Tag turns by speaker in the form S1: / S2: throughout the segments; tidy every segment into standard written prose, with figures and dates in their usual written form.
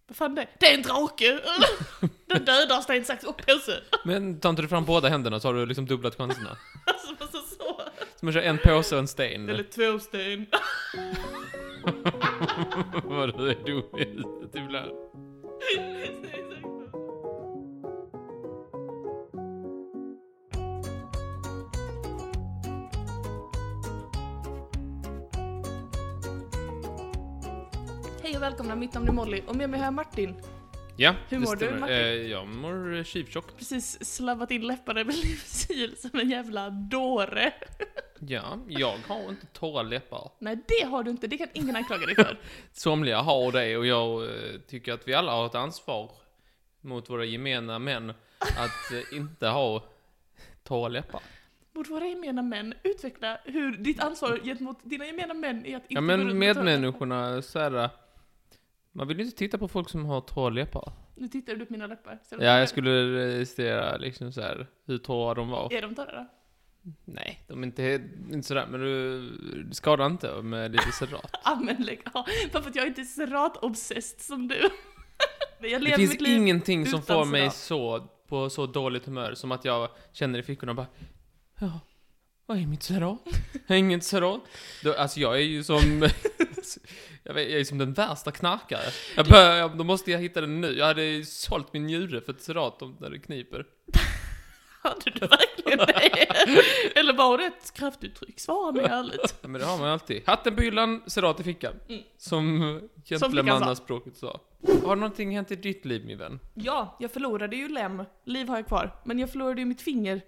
S1: Vad fan det? Det är en drake! Den dödar sten, sax och påse.
S2: Men tar inte du fram båda händerna så har du liksom dubblat chanserna.
S1: Alltså så.
S2: Som att köra en påse och en sten.
S1: Eller 2 sten.
S2: Vad du är dum i huvudet ibland.
S1: Hej och välkomna, mitt namn är Molly och med mig har jag Martin.
S2: Ja,
S1: Hur mår du, Martin?
S2: Jag mår tjuvtjock.
S1: Precis slavvat in läpparna med livssyl som en jävla dåre.
S2: Ja, jag har inte torra läppar.
S1: Nej, det har du inte, det kan ingen anklaga dig för.
S2: Somliga har det och jag tycker att vi alla har ett ansvar mot våra gemena män att inte ha torra läppar.
S1: Mot våra gemena män, utveckla hur ditt ansvar gentemot dina gemena män är att inte
S2: Ja,
S1: gå
S2: men
S1: runt med
S2: medmänniskorna så här, man vill inte titta på folk som har torra läppar.
S1: Nu tittar du på mina läppar.
S2: Ja, jag skulle registrera liksom så här hur torra de var.
S1: Är de torra då?
S2: Nej, de är inte sådär, men du skadar inte med lite serat.
S1: Men lägg av. Bara för att jag inte är serat-obsessed som du. Jag
S2: Det finns ingenting som
S1: utan
S2: får mig
S1: serat.
S2: på så dåligt humör som att jag känner i fickorna och bara, ja, vad är mitt serat? Jag har inget serat. Alltså jag är ju som jag är som den värsta knarkare. Då måste jag hitta den nu. Jag hade sålt min njure för ett serat när det kniper.
S1: Hade du verkligen det? Eller var det ett kraftuttryck? Svara mig ärligt.
S2: Ja, men det har man alltid. Hatten på hyllan, serat i fickan. Som gentlemannaspråket sa. Har någonting hänt i ditt liv, min vän?
S1: Ja, jag förlorade ju lem. Liv har jag kvar. Men jag förlorade ju mitt finger.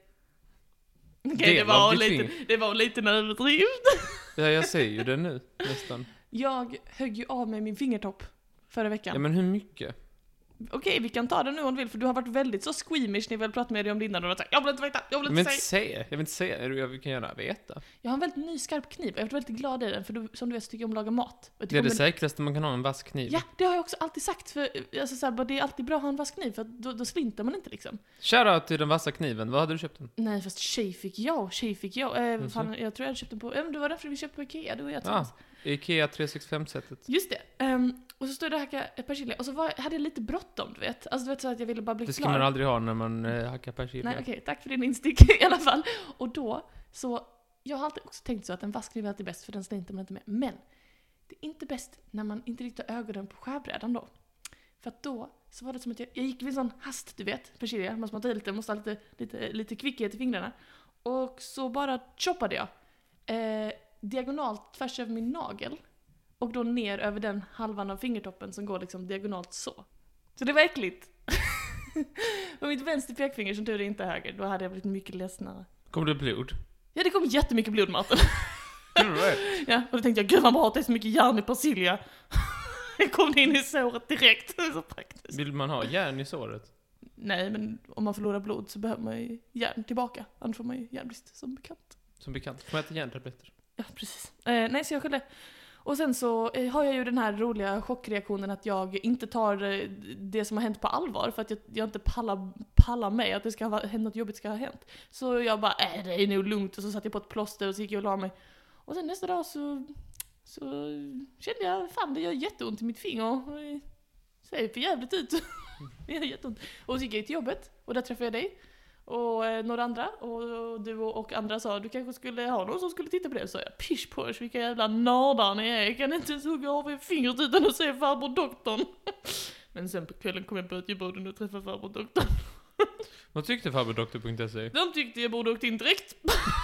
S1: Okej, det var lite överdrivet.
S2: Ja, jag ser ju det nu, nästan.
S1: Jag högg ju av med min fingertopp förra veckan.
S2: Ja, men hur mycket?
S1: Okej, vi kan ta det nu om du vill, för du har varit väldigt så squeamish när jag väl pratat med dig om det innan och du har sagt, jag vill inte veta, jag vill inte säga.
S2: Jag vill inte säga, jag kan gärna veta.
S1: Jag har en väldigt ny skarp kniv, jag är väldigt glad i den, för som du vet så tycker jag om att laga mat.
S2: Det är det säkraste man kan ha, en vass kniv.
S1: Ja, det har jag också alltid sagt, för alltså, så här, det är alltid bra att ha en vass kniv, för då slintar man inte liksom.
S2: Shoutout till den vassa kniven, vad hade du köpt den?
S1: Nej, fast tjej fick jag. Fan, jag tror jag hade köpt den på, det var därför vi köpte på Ikea, du och jag tillsammans.
S2: Ikea 365-sättet.
S1: Just det. Och så stod det hacka persilja. Och så hade jag lite bråttom, du vet. Alltså du vet så att jag ville bara bli klar.
S2: Det ska man aldrig ha när man hackar persilja.
S1: Nej, okej. Tack för din instick i alla fall. Och då, så... Jag har alltid också tänkt så att en vaskkniv är alltid bäst, för den slintar man inte med. Men det är inte bäst när man inte riktigt har ögonen på skärbrädan då. För att då så var det som att jag gick vid en sån hast, du vet. Persilja, man måste ha lite kvickhet i fingrarna. Och så bara choppade jag. Diagonalt tvärs över min nagel. Och då ner över den halvan av fingertoppen som går liksom diagonalt så. Så det var äckligt. Och mitt vänster pekfinger, som tur är inte höger, då hade jag blivit mycket ledsnare.
S2: Kom det blod?
S1: Ja, det kom jättemycket blod, Martin.
S2: Right.
S1: Ja, och då tänkte jag, gud vad bra att det är så mycket järn i persilja. Det kom in i såret direkt. Det är så praktiskt.
S2: Vill man ha järn i såret?
S1: Nej, men om man förlorar blod så behöver man ju järn tillbaka. Annars får man ju järnbrist, som bekant.
S2: Som bekant. Får man äta järntabletter?
S1: Ja, precis. Nej, så jag skyllde. Och sen så har jag ju den här roliga chockreaktionen att jag inte tar det som har hänt på allvar, för att jag inte pallar med att det ska ha hänt, något jobbigt ska ha hänt. Så jag bara, det är nog lugnt, och så satte jag på ett plåster och så gick jag och la mig. Och sen nästa dag så kände jag, fan det gör jätteont i mitt finger. Det ser för jävligt ut. Det gör jätteont. Och så gick jag till jobbet och där träffade jag dig. Och några andra, och du och andra sa du kanske skulle ha någon som skulle titta på det. Så jag, pish på vilka jävla nördar ni är. Jag kan inte ens hugga av fingret utan att se farbror doktorn. Men sen på kvällen kom jag på att jag borde nu träffa farbror doktorn.
S2: Vad tyckte farbrodoktor.se?
S1: De tyckte jag borde åkt in direkt.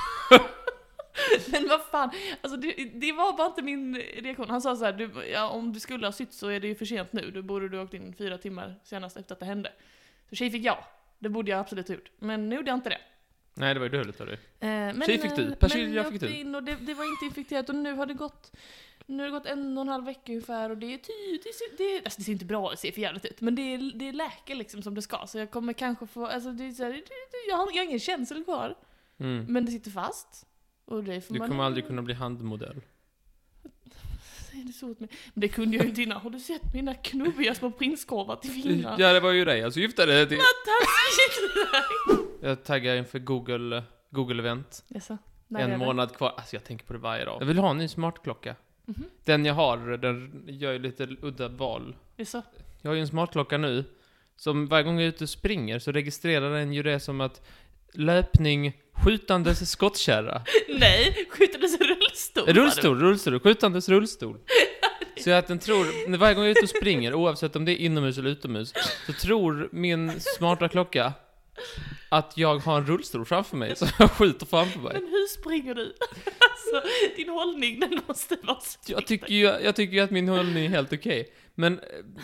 S1: Men vad fan, alltså det var bara inte min reaktion. Han sa så här, om du skulle ha sytt så är det ju för sent nu. Då borde du åkt in 4 timmar senast efter att det hände. Så tjej fick jag. Det borde jag absolut ha gjort. Men nu gjorde jag inte det.
S2: Nej, det var ju dåligt av dig.
S1: Tjej
S2: fick du. Persilja fick du.
S1: In och det var inte infekterat. Och nu har det gått 1,5 vecka ungefär. Och det är alltså det ser inte bra, det ser för jävligt ut. Men det läker liksom som det ska. Så jag kommer kanske få, alltså jag har ingen känsla kvar. Men det sitter fast. Och det får
S2: du kommer aldrig kunna bli handmodell.
S1: Säger du så åt mig? Men det kunde jag ju inte innan. Har du sett mina knubbiga små prinskorvar till fingrar?
S2: Ja, det var ju det. Jag syftade till...
S1: Vad
S2: jag taggar inför Google Event.
S1: Yes,
S2: 1 månad kvar. Alltså jag tänker på det varje dag. Jag vill ha en ny smartklocka. Den jag har, den gör ju lite udda val.
S1: Det är så.
S2: Jag har ju en smartklocka nu, som varje gång jag är ute och springer så registrerar den ju det som att löpning, skjutandes skottkärra.
S1: Nej, skjutandes
S2: Rullstol, skjutandes rullstol. Så att den tror, varje gång jag är ute och springer, oavsett om det är inomhus eller utomhus, så tror min smarta klocka att jag har en rullstol framför mig, så jag skjuter framför mig.
S1: Men hur springer du? Alltså, din hållning, den måste vara så.
S2: Jag tycker ju att min hållning är helt okej. Men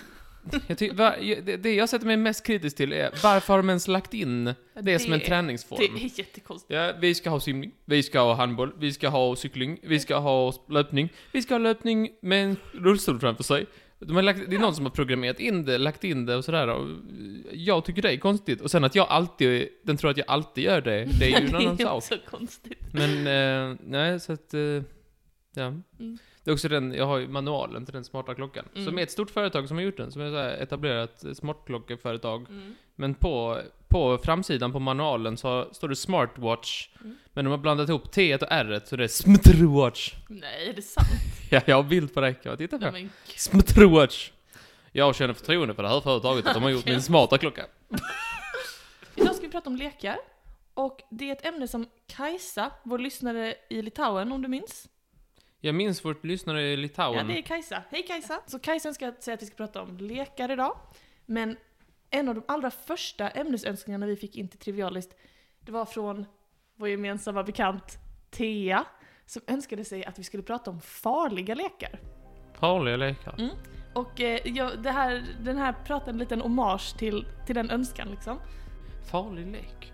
S2: det jag sätter mig mest kritisk till är varför har de ens lagt in det som en träningsform?
S1: Det är jättekonstigt.
S2: Ja, vi ska ha simning, vi ska ha handboll, vi ska ha cykling, vi ska ha löpning. Vi ska ha löpning med en rullstol framför sig. Det är någon som har programmerat in det, lagt in det och sådär. Och jag tycker det är konstigt. Och sen att den tror att jag alltid gör det. Det är ju en annan sak.
S1: Det är också konstigt.
S2: Men, nej, så att, ja. Det är också jag har ju manualen till den smarta klockan. Som är ett stort företag som har gjort den. Som är så här etablerat smartklockeföretag. Men på framsidan på manualen så står det smartwatch. Men de har blandat ihop T och R så det är smartwatch.
S1: Nej, är det sant?
S2: Ja, jag har bild på det. Kan jag titta på?
S1: Nej,
S2: smartwatch. Jag känner förtroende för det här företaget att de har gjort min smarta klocka.
S1: Idag ska vi prata om lekar. Och det är ett ämne som Kajsa, vår lyssnare i Litauen, om du minns.
S2: Jag minns vårt lyssnare i Litauen.
S1: Ja, det är Kajsa. Hej Kajsa! Så Kajsa ska säga att vi ska prata om lekar idag. Men en av de allra första ämnesönskningarna vi fick in till Trivialist, det var från vår gemensamma bekant Thea, som önskade sig att vi skulle prata om farliga lekar.
S2: Farliga lekar?
S1: Och den här pratar en liten hommage till den önskan liksom.
S2: Farlig lek.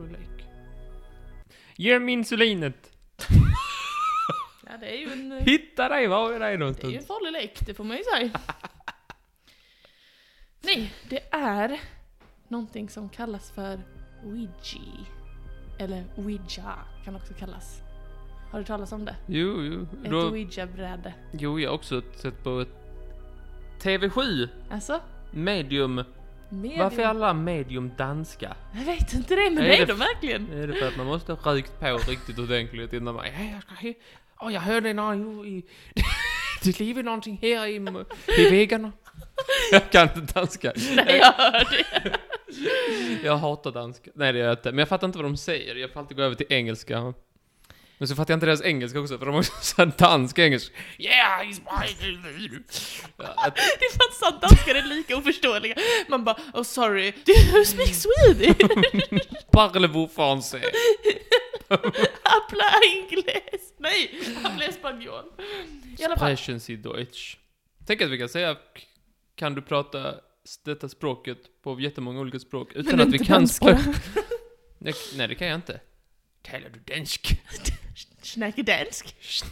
S2: Ge mig insulinet!
S1: Ja, det är ju en...
S2: Hitta dig, var är det någonstans?
S1: Det är ju en farlig lek, det får man ju säga. Nej, det är någonting som kallas för Ouija. Eller Ouija kan också kallas. Har du talat om det?
S2: Jo.
S1: Ett Ouija-bräde.
S2: Jo, jag har också sett på ett TV7.
S1: Alltså?
S2: Medium. Varför är alla medium danska?
S1: Jag vet inte det, men det är de verkligen.
S2: Är det för att man måste ha rökt på riktigt ordentligt innan man... jag hörde det lever någonting här i väggarna. Jag kan inte danska.
S1: Nej, jag hör det.
S2: Jag hatar danska. Nej, det gör jag inte. Men jag fattar inte vad de säger. Jag får alltid gå över till engelska. Men så fattar jag inte deras engelska också, för de har också sån dansk engelsk. Yeah, he's my...
S1: Det är fan sant, danskar är lika oförståeliga. Man bara, oh sorry, do you speak Swedish?
S2: Parlez-vous français?
S1: Habla inglés. Nej, habla español. I alla fall.
S2: Sprechen Sie Deutsch. Tänk att vi kan säga, kan du prata detta språket på jättemånga olika språk utan att vi kan Nej, det kan jag inte. Talar du dansk?
S1: Snäckedansk.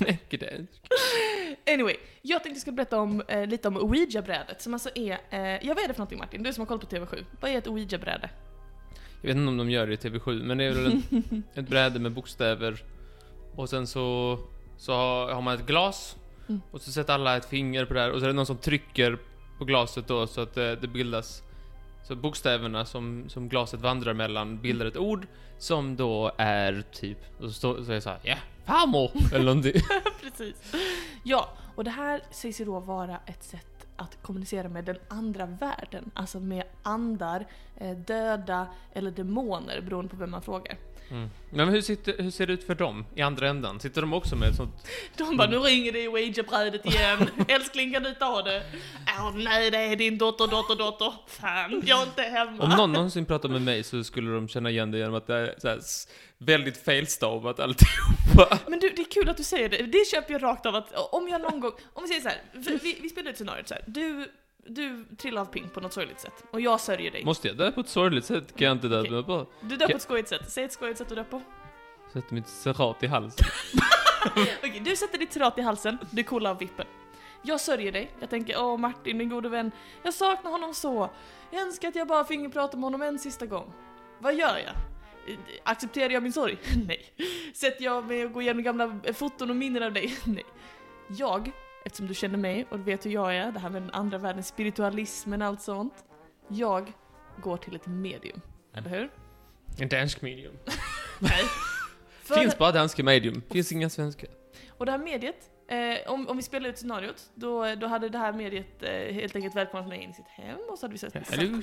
S1: Anyway, jag tänkte jag ska berätta om lite om Ouija-brädet som alltså är... vad är det för någonting, Martin? Du som har koll på TV7. Vad är ett Ouija-bräde?
S2: Jag vet inte om de gör det i TV7, men det är väl ett bräde med bokstäver. Och sen så har man ett glas. Och så sätter alla ett finger på det här. Och så är det någon som trycker på glaset då så att det bildas. Så bokstäverna som glaset vandrar mellan bildar ett ord som då är typ... Och så är det så här, ja, farmor! Eller någonting.
S1: Precis. Ja, och det här sägs ju då vara ett sätt att kommunicera med den andra världen. Alltså med andar, döda eller demoner, beroende på vem man frågar.
S2: Men hur ser det ut för dem i andra ändan? Sitter de också med ett sånt...
S1: De bara, nu ringer det i Ouija-brädet igen. Älskling, kan du ta det? Nej, det är din dotter. Fan, jag är inte hemma.
S2: Om någon någonsin pratar med mig så skulle de känna igen det genom att det är så här väldigt felstavat alltihopa.
S1: Men du, det är kul att du säger det. Det köper jag rakt av att om jag någon gång... Om vi säger så här, vi spelar ett scenario så här. Du trillar av ping på något sorgligt sätt. Och jag sörjer dig.
S2: Måste jag dö på ett sorgligt sätt? Kan jag inte dö okay. På?
S1: Du dör på ett skojigt sätt. Säg ett skojigt sätt du dör på.
S2: Sätter mitt serrat i halsen.
S1: Okej, du sätter ditt serrat i halsen. Du kollar av vippen. Jag sörjer dig. Jag tänker, Martin, min gode vän. Jag saknar honom så. Jag önskar att jag bara finge prata med honom en sista gång. Vad gör jag? Accepterar jag min sorg? Nej. Sätter jag mig och går igenom gamla foton och minnen av dig? Nej. Eftersom du känner mig och du vet hur jag är, det här med den andra världens spiritualismen och allt sånt. Jag går till ett medium, eller hur?
S2: En dansk medium.
S1: Nej.
S2: Finns bara danska medium, finns inga svenska.
S1: Och det här mediet Om vi spelar ut scenariot, då hade det här mediet helt enkelt välkomnat mig in i sitt hem och så hade vi sett...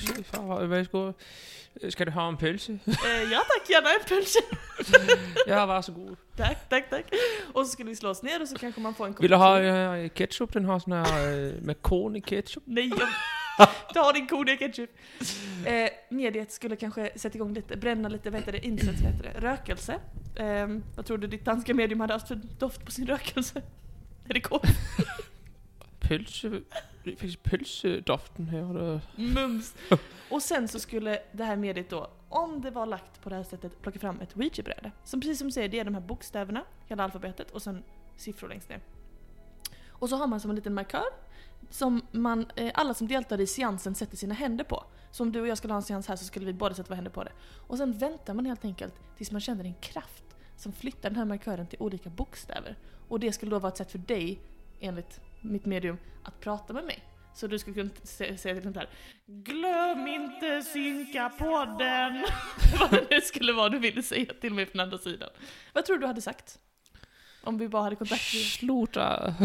S2: Ska du ha en pölse?
S1: Ja tack, gärna en pölse.
S2: Ja, varsågod.
S1: Tack. Och så skulle vi slå oss ner och så kanske man får en kopp.
S2: Vill du ha ketchup? Den har sån här med korn i ketchup.
S1: Nej, ta din koniga ketchup. Mediet skulle kanske sätta igång lite, bränna lite, rökelse. Vad tror du ditt danska medium hade haft för doft på sin rökelse? Är det korv?
S2: Pölsedoften här.
S1: Mums. Och sen så skulle det här mediet då, om det var lagt på det här sättet, plocka fram ett Ouija-bräde. Som precis som säger, det är de här bokstäverna, hela alfabetet, och sen siffror längst ner. Och så har man som en liten markör som alla som deltar i seansen sätter sina händer på. Så om du och jag skulle ha en seans här så skulle vi båda sätta våra händer på det. Och sen väntar man helt enkelt tills man känner en kraft som flyttar den här markören till olika bokstäver. Och det skulle då vara ett sätt för dig, enligt mitt medium, att prata med mig. Så du skulle kunna säga till den här: glöm inte synka podden. Vad det nu skulle vara du ville säga till mig från andra sidan. Vad tror du hade sagt? Om vi bara hade kontakt med...
S2: Sluta.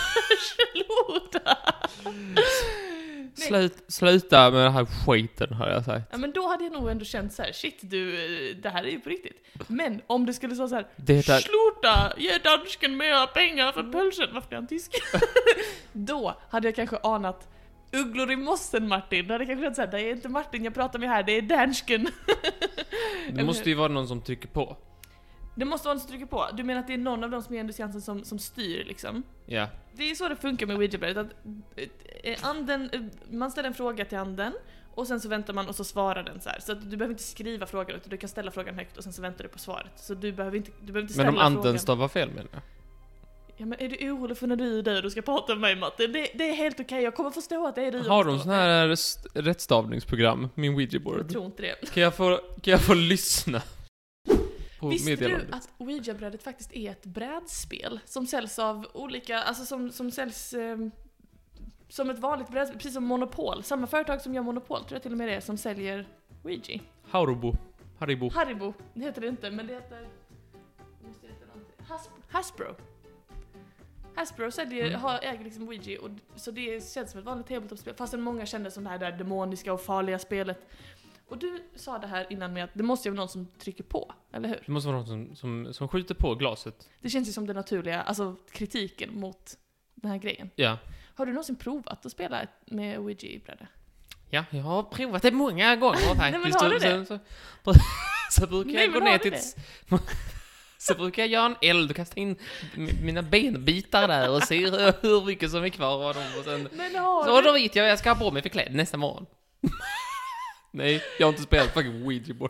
S1: Nej.
S2: Sluta med den här skiten, har jag sagt.
S1: Ja, men då hade jag nog ändå känt så här: shit du, det här är ju på riktigt. Men om det skulle säga så här: sluta, ge dansken mera pengar för pölsen. Varför är han tysk? Då hade jag kanske anat ugglor i mossen, Martin. Då hade jag kanske känt så här: det är inte Martin jag pratar med här, det är dansken.
S2: Det måste ju vara någon som trycker på.
S1: Det måste vara någon som trycker på. Du menar att det är någon av dem som är entusiasten som styr liksom?
S2: Ja.
S1: Det är så det funkar med Ouija-brädet, att anden, man ställer en fråga till anden och sen så väntar man och så svarar den så här. Så att du behöver inte skriva frågan, utan du kan ställa frågan högt och sen så väntar du på svaret. Så du behöver inte ställa frågan.
S2: Men om anden stavar fel, menar jag?
S1: Ja, men är du orolig för när du är där och du ska prata med mig, Martin? Det är helt okej, jag kommer förstå att det är du.
S2: Har de sån här rättstavningsprogram, min Ouija-board?
S1: Jag tror inte det.
S2: Kan jag få lyssna?
S1: Visste du att Ouija-brädet faktiskt är ett brädspel som säljs av olika, alltså som säljs som ett vanligt brädspel, precis som Monopol. Samma företag som gör Monopol, tror jag till och med det är, som säljer Ouija. Haribo. Det heter det inte, men det heter... Måste heta någonting. Hasbro äger liksom Ouija, och så det känns som ett vanligt tabletop-spel, fastän många kände som det här där demoniska och farliga spelet. Och du sa det här innan med att det måste ju vara någon som trycker på, eller hur?
S2: Det måste vara någon som skjuter på glaset.
S1: Det känns ju som det naturliga, alltså kritiken mot den här grejen.
S2: Ja.
S1: Har du någonsin provat att spela med Ouija-bräde?
S2: Ja, jag har provat det många gånger faktiskt.
S1: Nej, men har du det?
S2: Så brukar jag gå ner till... Så brukar jag göra en eld och kasta in mina benbitar där och se hur mycket som är kvar av dem. Och sen, så då vet jag ska ha på mig för kläder nästa morgon. Nej, jag har inte spelat fucking Ouija-board.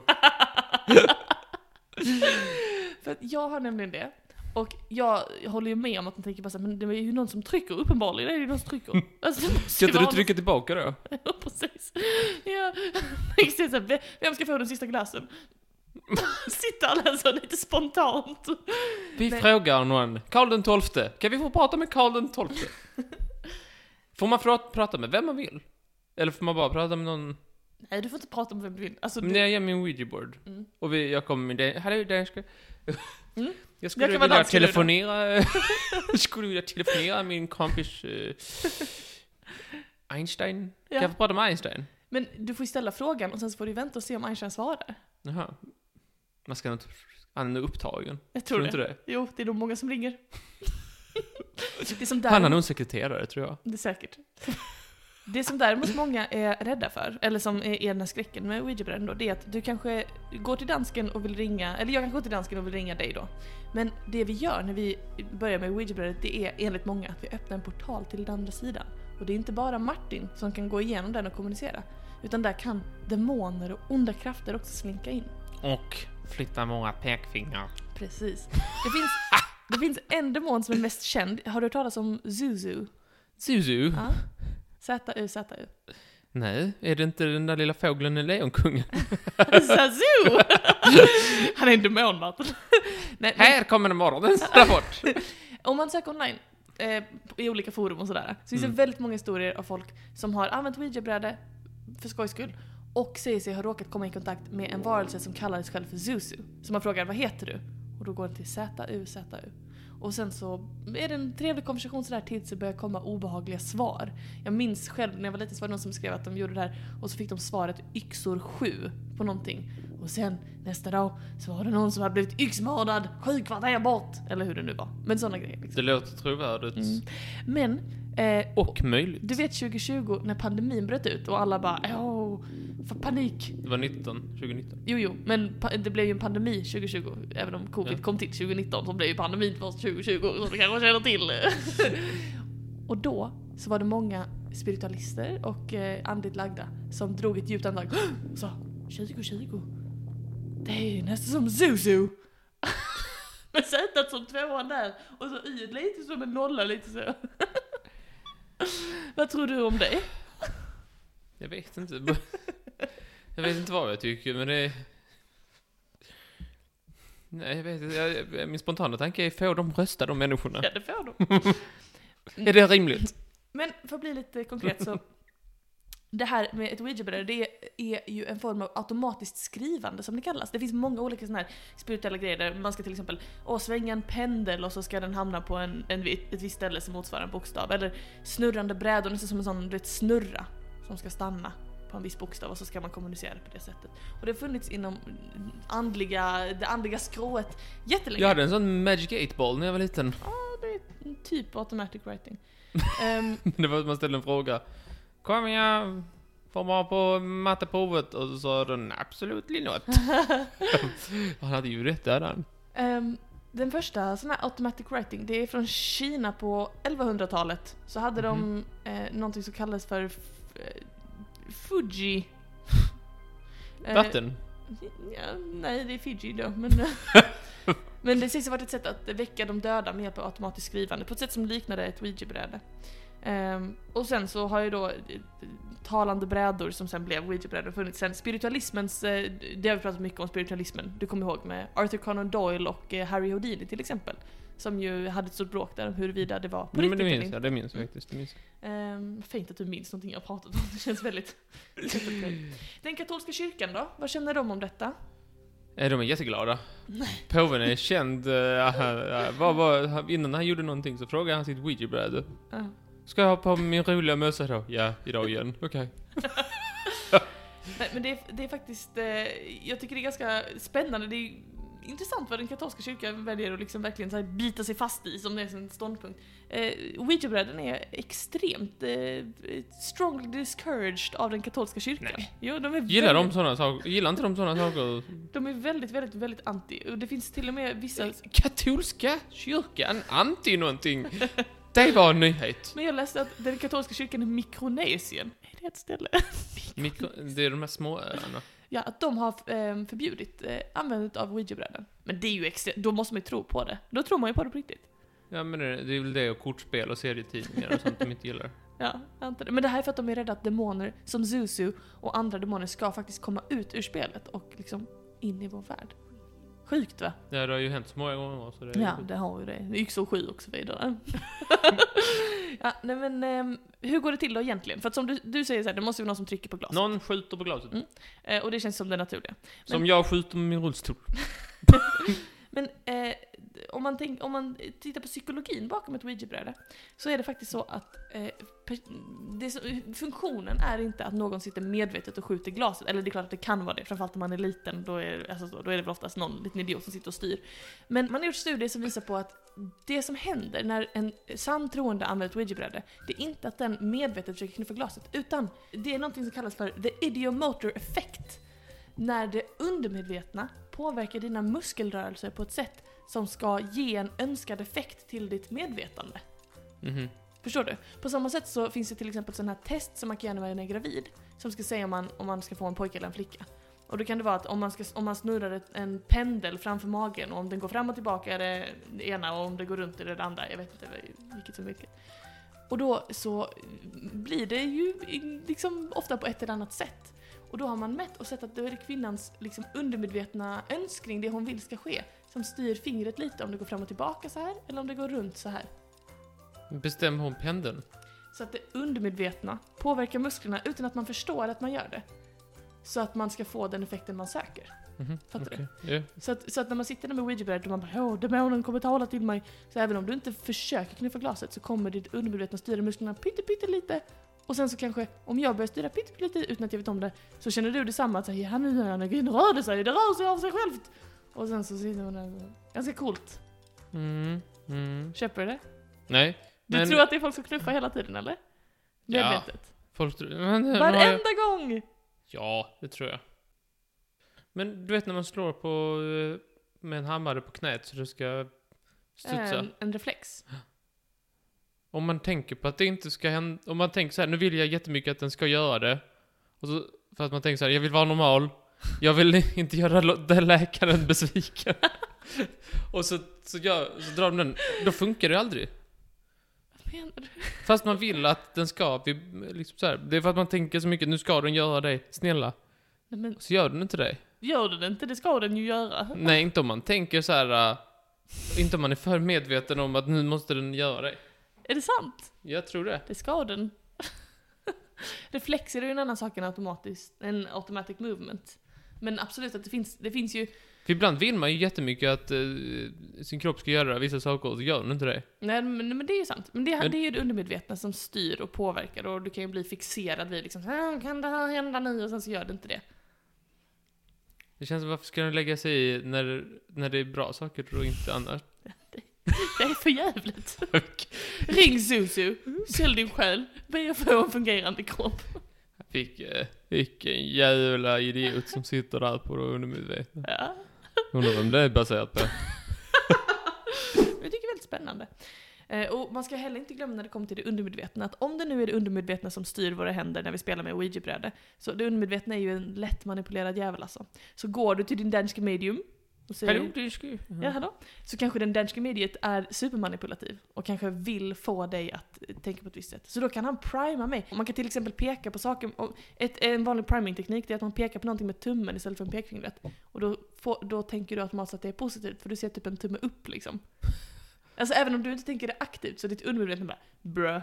S1: För att jag har nämligen det. Och jag håller ju med om att man tänker bara så här, men det är ju någon som trycker, uppenbarligen är det någon som trycker. Alltså,
S2: ska inte du trycka tillbaka då?
S1: Ja, precis. Ja, vem ska få den sista glasen? Sitter alla så lite spontant.
S2: Vi frågar någon, Karl den 12. Kan vi få prata med Karl den 12? Får man prata med vem man vill? Eller får man bara prata med någon?
S1: Nej, du får inte prata med vem du vill. Alltså,
S2: men jag gör min Ouija-board. Och jag kommer med det. Hallå, där ska... Jag skulle vilja telefonera min kompis Einstein. Kan jag få prata med Einstein?
S1: Men du får ju ställa frågan och sen så får du vänta och se om Einstein svarar.
S2: Jaha. Man ska inte... Han är upptagen.
S1: Jag tror
S2: inte det.
S1: Jo, det är nog många som ringer. Det är som
S2: han har nog en sekreterare, tror jag.
S1: Det är säkert. Det som däremot många är rädda för, eller som är den här skräcken med Ouija-bräden då, det är att du kanske går till dansken och vill ringa, eller jag kanske går till dansken och vill ringa dig då. Men det vi gör när vi börjar med Ouija-brädet, det är enligt många att vi öppnar en portal till den andra sidan. Och det är inte bara Martin som kan gå igenom den och kommunicera, utan där kan demoner och onda krafter också slinka in.
S2: Och flytta många pekfingrar.
S1: Precis. Det finns en demon som är mest känd. Har du hört talas om Zuzu?
S2: Zuzu?
S1: Ja. Z-U.
S2: Nej, är det inte den där lilla fågeln i Lejonkungen?
S1: Zazu! Han är en demon, Martin.
S2: Här kommer en morgonens rapport.
S1: Om man söker online i olika forum och sådär, så finns det väldigt många historier av folk som har använt Ouija-bräde för skojs skull och säger sig ha råkat komma i kontakt med en varelse som kallar sig själv för Zuzu. Så man frågar, vad heter du? Och då går det till Z-U. Och sen så är det en trevlig konversation sådär tills det börjar komma obehagliga svar. Jag minns själv när jag var liten så var det någon som skrev att de gjorde det här och så fick de svaret yxor 7 på någonting. Och sen nästa dag så var det någon som hade blivit yxmördad 7 kvarter bort. Eller hur det nu var. Men sådana grejer. Liksom.
S2: Det låter trovärdigt.
S1: Men...
S2: och möjligt.
S1: Du vet 2020 när pandemin bröt ut och alla bara för panik.
S2: Det var 2019.
S1: Jo, men det blev ju en pandemi 2020. Även om covid kom till 2019 så blev ju pandemin först 2020. Så det kanske känner till. Och då så var det många spiritualister och andligt lagda som drog ett djupt andetag och sa 2020. Det är nästan som Zuzu. Med sättet som tvåan där och så i lite som en nolla lite så. Vad tror du om det?
S2: Jag vet inte. Jag vet inte vad jag tycker, men det... Nej, jag vet inte. Min spontana tanke är, får de rösta, de människorna?
S1: Ja, det får de.
S2: Är det rimligt?
S1: Men för att bli lite konkret så... Det här med ett Ouija-bräde, det är ju en form av automatiskt skrivande som det kallas. Det finns många olika såna här spirituella grejer där man ska till exempel svänga en pendel och så ska den hamna på ett visst ställe som motsvarar en bokstav. Eller snurrande brädor, nästan som en sån snurra som ska stanna på en viss bokstav och så ska man kommunicera på det sättet. Och det har funnits inom det andliga skrået jättelänge.
S2: Jag hade en sån Magic 8-ball när jag var liten.
S1: Ja, det är typ automatic writing.
S2: Det var att man ställde en fråga. Kom jag får vara på matteprovet och så sa den absolut not. Han hade ju rätt där.
S1: Den första sån här automatic writing, det är från Kina på 1100-talet. Så hade de någonting som kallas för Fuji.
S2: Vatten?
S1: Ja, nej, det är Fiji då. Men det sägs ha varit ett sätt att väcka de döda med hjälp av automatiskt skrivande. På ett sätt som liknade ett Ouija-bräde. Och sen så har ju då talande brädor som sen blev Ouija-brädor funnits. Sen spiritualismens, det har vi pratat mycket om spiritualismen. Du kommer ihåg med Arthur Conan Doyle och Harry Houdini till exempel. Som ju hade ett stort bråk där om huruvida det var på riktigt.
S2: Men det minns jag faktiskt.
S1: Fint att du minns någonting jag har pratat om. Det känns väldigt Den katolska kyrkan då? Vad känner de om detta?
S2: De är jätteglada.
S1: Nej.
S2: Påven är känd. Innan han gjorde någonting så frågade han sitt Ouija-bräde. Ska jag ha på min roliga mössa då? Ja, idag igen. Okej.
S1: Nej, men det är faktiskt... jag tycker det är ganska spännande. Det är intressant vad den katolska kyrkan väljer att liksom verkligen så här bita sig fast i som det är sin ståndpunkt. Ouija-bräden är extremt strongly discouraged av den katolska kyrkan.
S2: Nej.
S1: Jo, de är
S2: Gillar inte de sådana saker?
S1: De är väldigt, väldigt, väldigt anti. Och det finns till och med vissa...
S2: Katolska kyrkan anti någonting. Det var en nyhet.
S1: Men jag läste att den katolska kyrkan i Mikronesien, är det ett ställe?
S2: Det är de här små öarna.
S1: Ja, att de har förbjudit användandet av Ouija-bräden. Men det är ju då måste man ju tro på det. Då tror man ju på det på riktigt.
S2: Ja, men det är väl det och kortspel och serietidningar och sånt de inte gillar.
S1: Ja, jag antar det. Men det här är för att de är rädda att demoner som Zuzu och andra demoner ska faktiskt komma ut ur spelet och liksom in i vår värld. Sjukt, va?
S2: Ja, det har ju hänt så många gånger. Så det
S1: ja, det har ju det. Yxor 7 och så vidare. Ja, nej men hur går det till då egentligen? För att som du säger så här, det måste ju vara någon som trycker på glaset.
S2: Någon skjuter på glaset.
S1: Och det känns som det naturliga.
S2: Som jag skjuter med min rullstol.
S1: Men om man tittar på psykologin bakom ett Ouija-bräde så är det faktiskt så att funktionen är inte att någon sitter medvetet och skjuter glaset. Eller det är klart att det kan vara det, framförallt om man är liten, då är det väl oftast någon liten idiot som sitter och styr. Men man har gjort studier som visar på att det som händer när en sann troende använder ett Ouija-bräde, det är inte att den medvetet försöker knuffa glaset, utan det är någonting som kallas för the idiomotor effect. När det undermedvetna påverkar dina muskelrörelser på ett sätt som ska ge en önskad effekt till ditt medvetande.
S2: Mhm.
S1: Förstår du? På samma sätt så finns det till exempel sådana här test som man kan göra när man är gravid, som ska säga om man ska få en pojke eller en flicka. Och då kan det vara att om man snurrar en pendel framför magen och om den går fram och tillbaka är det ena och om det går runt är det andra. Jag vet inte vilket som vilket. Och då så blir det ju liksom ofta på ett eller annat sätt. Och då har man mätt och sett att det är kvinnans liksom undermedvetna önskning, det hon vill ska ske, som styr fingret lite om det går fram och tillbaka så här eller om det går runt så här.
S2: Bestämmer hon pendeln?
S1: Så att det undermedvetna påverkar musklerna utan att man förstår att man gör det. så att man ska få den effekten man söker. Fattar du?
S2: Yeah.
S1: Så att när man sitter där med Ouija-brädet och man bara demonen kommer tala till mig. Så även om du inte försöker knuffa glaset så kommer ditt undermedvetna styra musklerna pytte lite. Och sen så kanske, om jag börjar styra pytte lite utan att jag vet om det, så känner du detsamma att säga, nu rör sig av sig självt. Och sen så sitter man där. Ganska coolt. Köper du det?
S2: Nej.
S1: Du tror att det är folk som knuffar hela tiden, eller? Medvetet.
S2: Ja,
S1: Varenda gång!
S2: Ja, det tror jag. Men du vet när man slår på med en hammare på knät så det ska studsa.
S1: En reflex.
S2: Om man tänker på att det inte ska hända, om man tänker så här, nu vill jag jättemycket att den ska göra det. Och så, för att man tänker så här, jag vill vara normal. Jag vill inte göra den läkaren besviken. Och så drar de den, då funkar det aldrig.
S1: Vad menar du?
S2: Fast man vill att den ska, liksom så här, det är för att man tänker så mycket, nu ska den göra dig, snälla.
S1: Nej, men
S2: Så gör den inte det.
S1: gör den inte, det ska den ju göra.
S2: Nej, inte om man tänker så här, inte om man är för medveten om att nu måste den göra det.
S1: Är det sant?
S2: Jag tror det.
S1: Det ska den. Reflexer är ju en annan sak än en automatic movement. Men absolut att det finns ju...
S2: För ibland vill man ju jättemycket att sin kropp ska göra vissa saker och så gör den inte det.
S1: Nej, men det är ju sant. Men det är ju det undermedvetna som styr och påverkar. Och du kan ju bli fixerad vid liksom, kan det här hända nu? Och sen så gör det inte det.
S2: Det känns som, varför ska den lägga sig i när det är bra saker och inte annars?
S1: Det är för jävligt. Ring Susu, sälj din själ, be att få en fungerande kropp.
S2: Vilken jävla idiot som sitter där på det undermedvetna.
S1: Ja.
S2: Undrar vem det är baserat på.
S1: Jag tycker det är väldigt spännande. Och man ska heller inte glömma när det kommer till det undermedvetna att om det nu är det undermedvetna som styr våra händer när vi spelar med Ouija-bräde, så det undermedvetna är ju en lätt manipulerad jävel alltså. Så går du till din danska medium och säger, ja, hallå. Så kanske den danska mediet är supermanipulativ och kanske vill få dig att tänka på ett visst sätt. Så då kan han prima mig. Man kan till exempel peka på saker. En vanlig priming-teknik är att man pekar på någonting med tummen istället för en pekfingret. Och då tänker du automatiskt att det är positivt, för du ser typ en tumme upp liksom. Alltså även om du inte tänker det aktivt så ditt undermedvetna bara brö.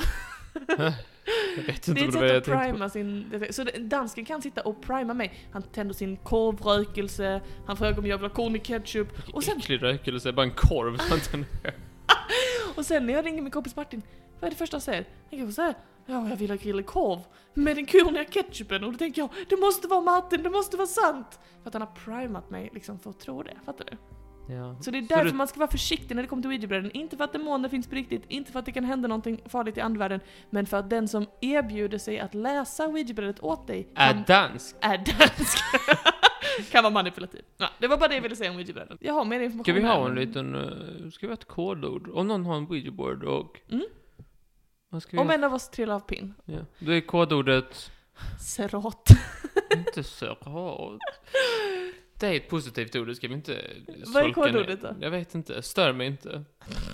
S2: Jag vet inte
S1: det är ett
S2: vad
S1: sätt att prima sin... Så dansken kan sitta och prima mig. Han tänder sin korvrökelse. Han frågar om jag vill ha korn i ketchup. Och sen...
S2: Äcklig rökelse är bara en korv.
S1: Och sen när jag ringer min kompis Martin, vad är det första han säger? Han kanske säger, ja, jag vill ha grillad korv med den korniga ketchupen. Och då tänker jag, det måste vara Martin, det måste vara sant. För att han har primat mig liksom för att tro det, fattar du?
S2: Ja.
S1: Så det är därför man ska vara försiktig när det kommer till Ouija-bräden. Inte för att demoner finns på riktigt, inte för att det kan hända någonting farligt i andvärlden, men för att den som erbjuder sig att läsa Ouija-brädet åt dig
S2: Är dansk.
S1: kan vara manipulativ. Ja, det var bara det jag ville säga om Ouija-bräden. Jag har mer information.
S2: Ska vi ha en liten, ska vi ha ett kodord? Om någon har en Ouija-board och... Vad ska vi
S1: om en av oss trillar av pinn.
S2: Ja. Då är kodordet...
S1: Serat.
S2: Inte serat. Det är ett positivt ord, det ska vi inte...
S1: Vad är kodordet då?
S2: Jag vet inte, stör mig inte.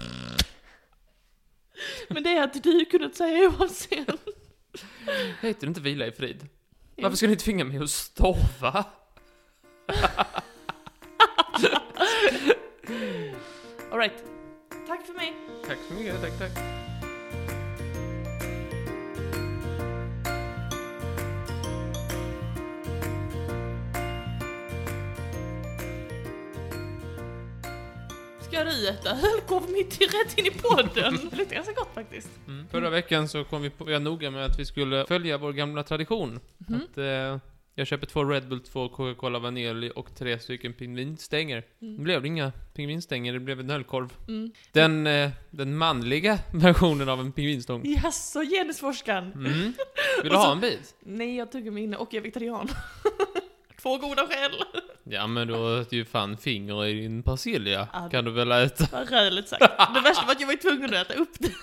S1: Men det är att du kunnat säga oavsett.
S2: Heter det inte vila i frid? Varför ska ni tvinga mig att stava?
S1: All right. Tack för mig.
S2: Tack så mycket, tack.
S1: Ska du äta ölkorv mitt rätt in i podden? Det låter ganska gott faktiskt.
S2: Förra veckan så kom vi var noga med att vi skulle följa vår gamla tradition. Att jag köper 2 Red Bull, 2 Coca-Cola vanilj och 3 stycken pingvinstänger. Det blev inga pingvinstänger, det blev en ölkorv. Den manliga versionen av en pingvinstång.
S1: Jaså, genusforskaren.
S2: Vill du ha en bit?
S1: Nej, jag tog mig inne och jag är vegetarian. 2 goda skäl.
S2: Ja, men då äter ju fan finger i din persilja. Ja, kan du väl äta?
S1: Vad röligt sagt. Det värsta var att jag var tvungen att äta upp det.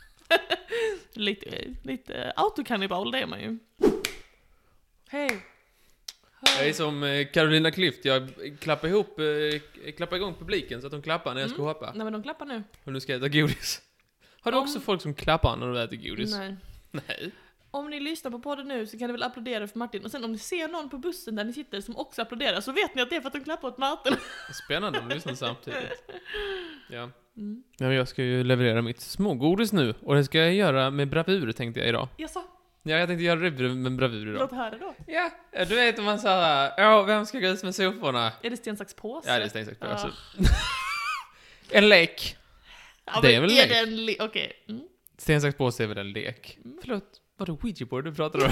S1: lite autokannibal, det är man ju. Hej.
S2: Jag är som Carolina Klüft. Jag klappar igång publiken så att de klappar när jag ska hoppa.
S1: Nej, men de klappar nu.
S2: Och nu ska jag äta godis. Har du också folk som klappar när du äter godis? Nej.
S1: Om ni lyssnar på podden nu så kan ni väl applådera för Martin. Och sen om ni ser någon på bussen där ni sitter som också applåderar, så vet ni att det är för att de klappar åt Martin.
S2: Spännande om ni lyssnar samtidigt. Ja. Ja, jag ska ju leverera mitt smågodis nu. Och det ska jag göra med bravur, tänkte jag idag.
S1: Jaså?
S2: Ja, jag tänkte göra det med bravur idag.
S1: Låt höra då.
S2: Ja, du vet om man säger, vem ska gå ut med soporna?
S1: Är det sten, sax, påse?
S2: Ja, det är sten, sax, påse. En lek.
S1: Ja,
S2: det är väl
S1: är
S2: lek?
S1: det en okej. Mm.
S2: Sten, sax, påse är väl en lek? Förlåt, var det Ouija board du pratade om?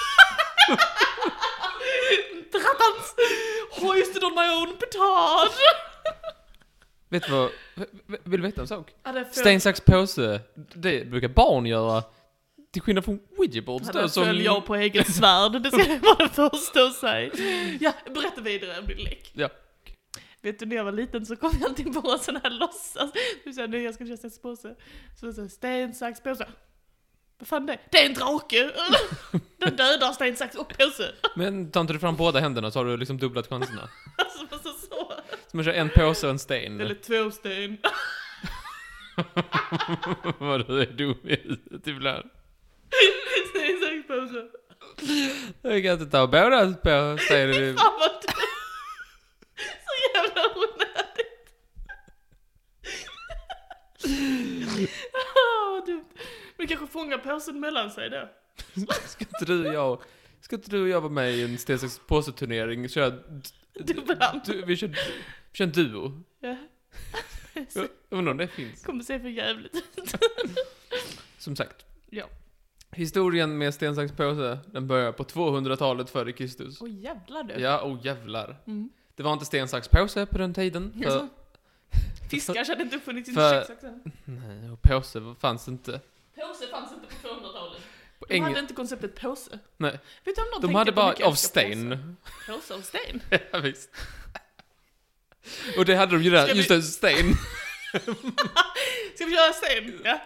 S1: Trattans! Hoisted on my own petard!
S2: Vet du vad? Vill du veta en sak?
S1: Ja, det
S2: Sten, sax, påse, det brukar barn göra. Till skillnad från Ouija boards
S1: då.
S2: som...
S1: Föll jag på eget svärd, det ska jag vara den första att säga. Ja, berätta vidare om din lek.
S2: Ja.
S1: Vet du, när jag var liten så kom jag alltid på en sån här låtsas. Du säger, nu jag ska köra sten, sax, påse. Så säger sten, sax, påse. Vad fan det? Det är en drake! Den dödar sten, sax och påse.
S2: Men tar inte du fram båda händerna så har du liksom dubblat chanserna.
S1: Alltså, så.
S2: Så man kör en påse och en sten.
S1: Eller 2 sten.
S2: Vad du är dum i huvudet ibland.
S1: Sten, sax, påse.
S2: Jag kan inte ta båda på stenen.
S1: Fan vad dumt. Så jävla onödigt. Vad dumt. Men kanske fånga påsen mellan sig då.
S2: Ska inte du och jag vara med i en sten, sax, påse-turnering?
S1: Dubbelhand.
S2: Vi kör en duo.
S1: Ja.
S2: Jag undrar om det finns.
S1: Kommer se för jävligt ut.
S2: Som sagt.
S1: Ja.
S2: Historien med sten, sax, påse, den börjar på 200-talet före Kristus.
S1: Åh jävlar du.
S2: Ja, jävlar.
S1: Mm.
S2: Det var inte sten, sax, påse på den tiden.
S1: Jaså? Fiskar hade inte uppfunnits i
S2: för-
S1: köksaxen.
S2: Nej, och påse fanns inte.
S1: Påse fanns inte på 200-talet.
S2: På
S1: De hade inte konceptet påse.
S2: Nej.
S1: Vet du om någon
S2: De
S1: tänkte
S2: hade
S1: på
S2: bara
S1: mycket
S2: av
S1: älskar
S2: sten.
S1: Påse av sten?
S2: Ja, visst. Och det hade de ju där,
S1: Ska
S2: just
S1: vi-
S2: det, sten.
S1: Ska vi köra sten? Ja.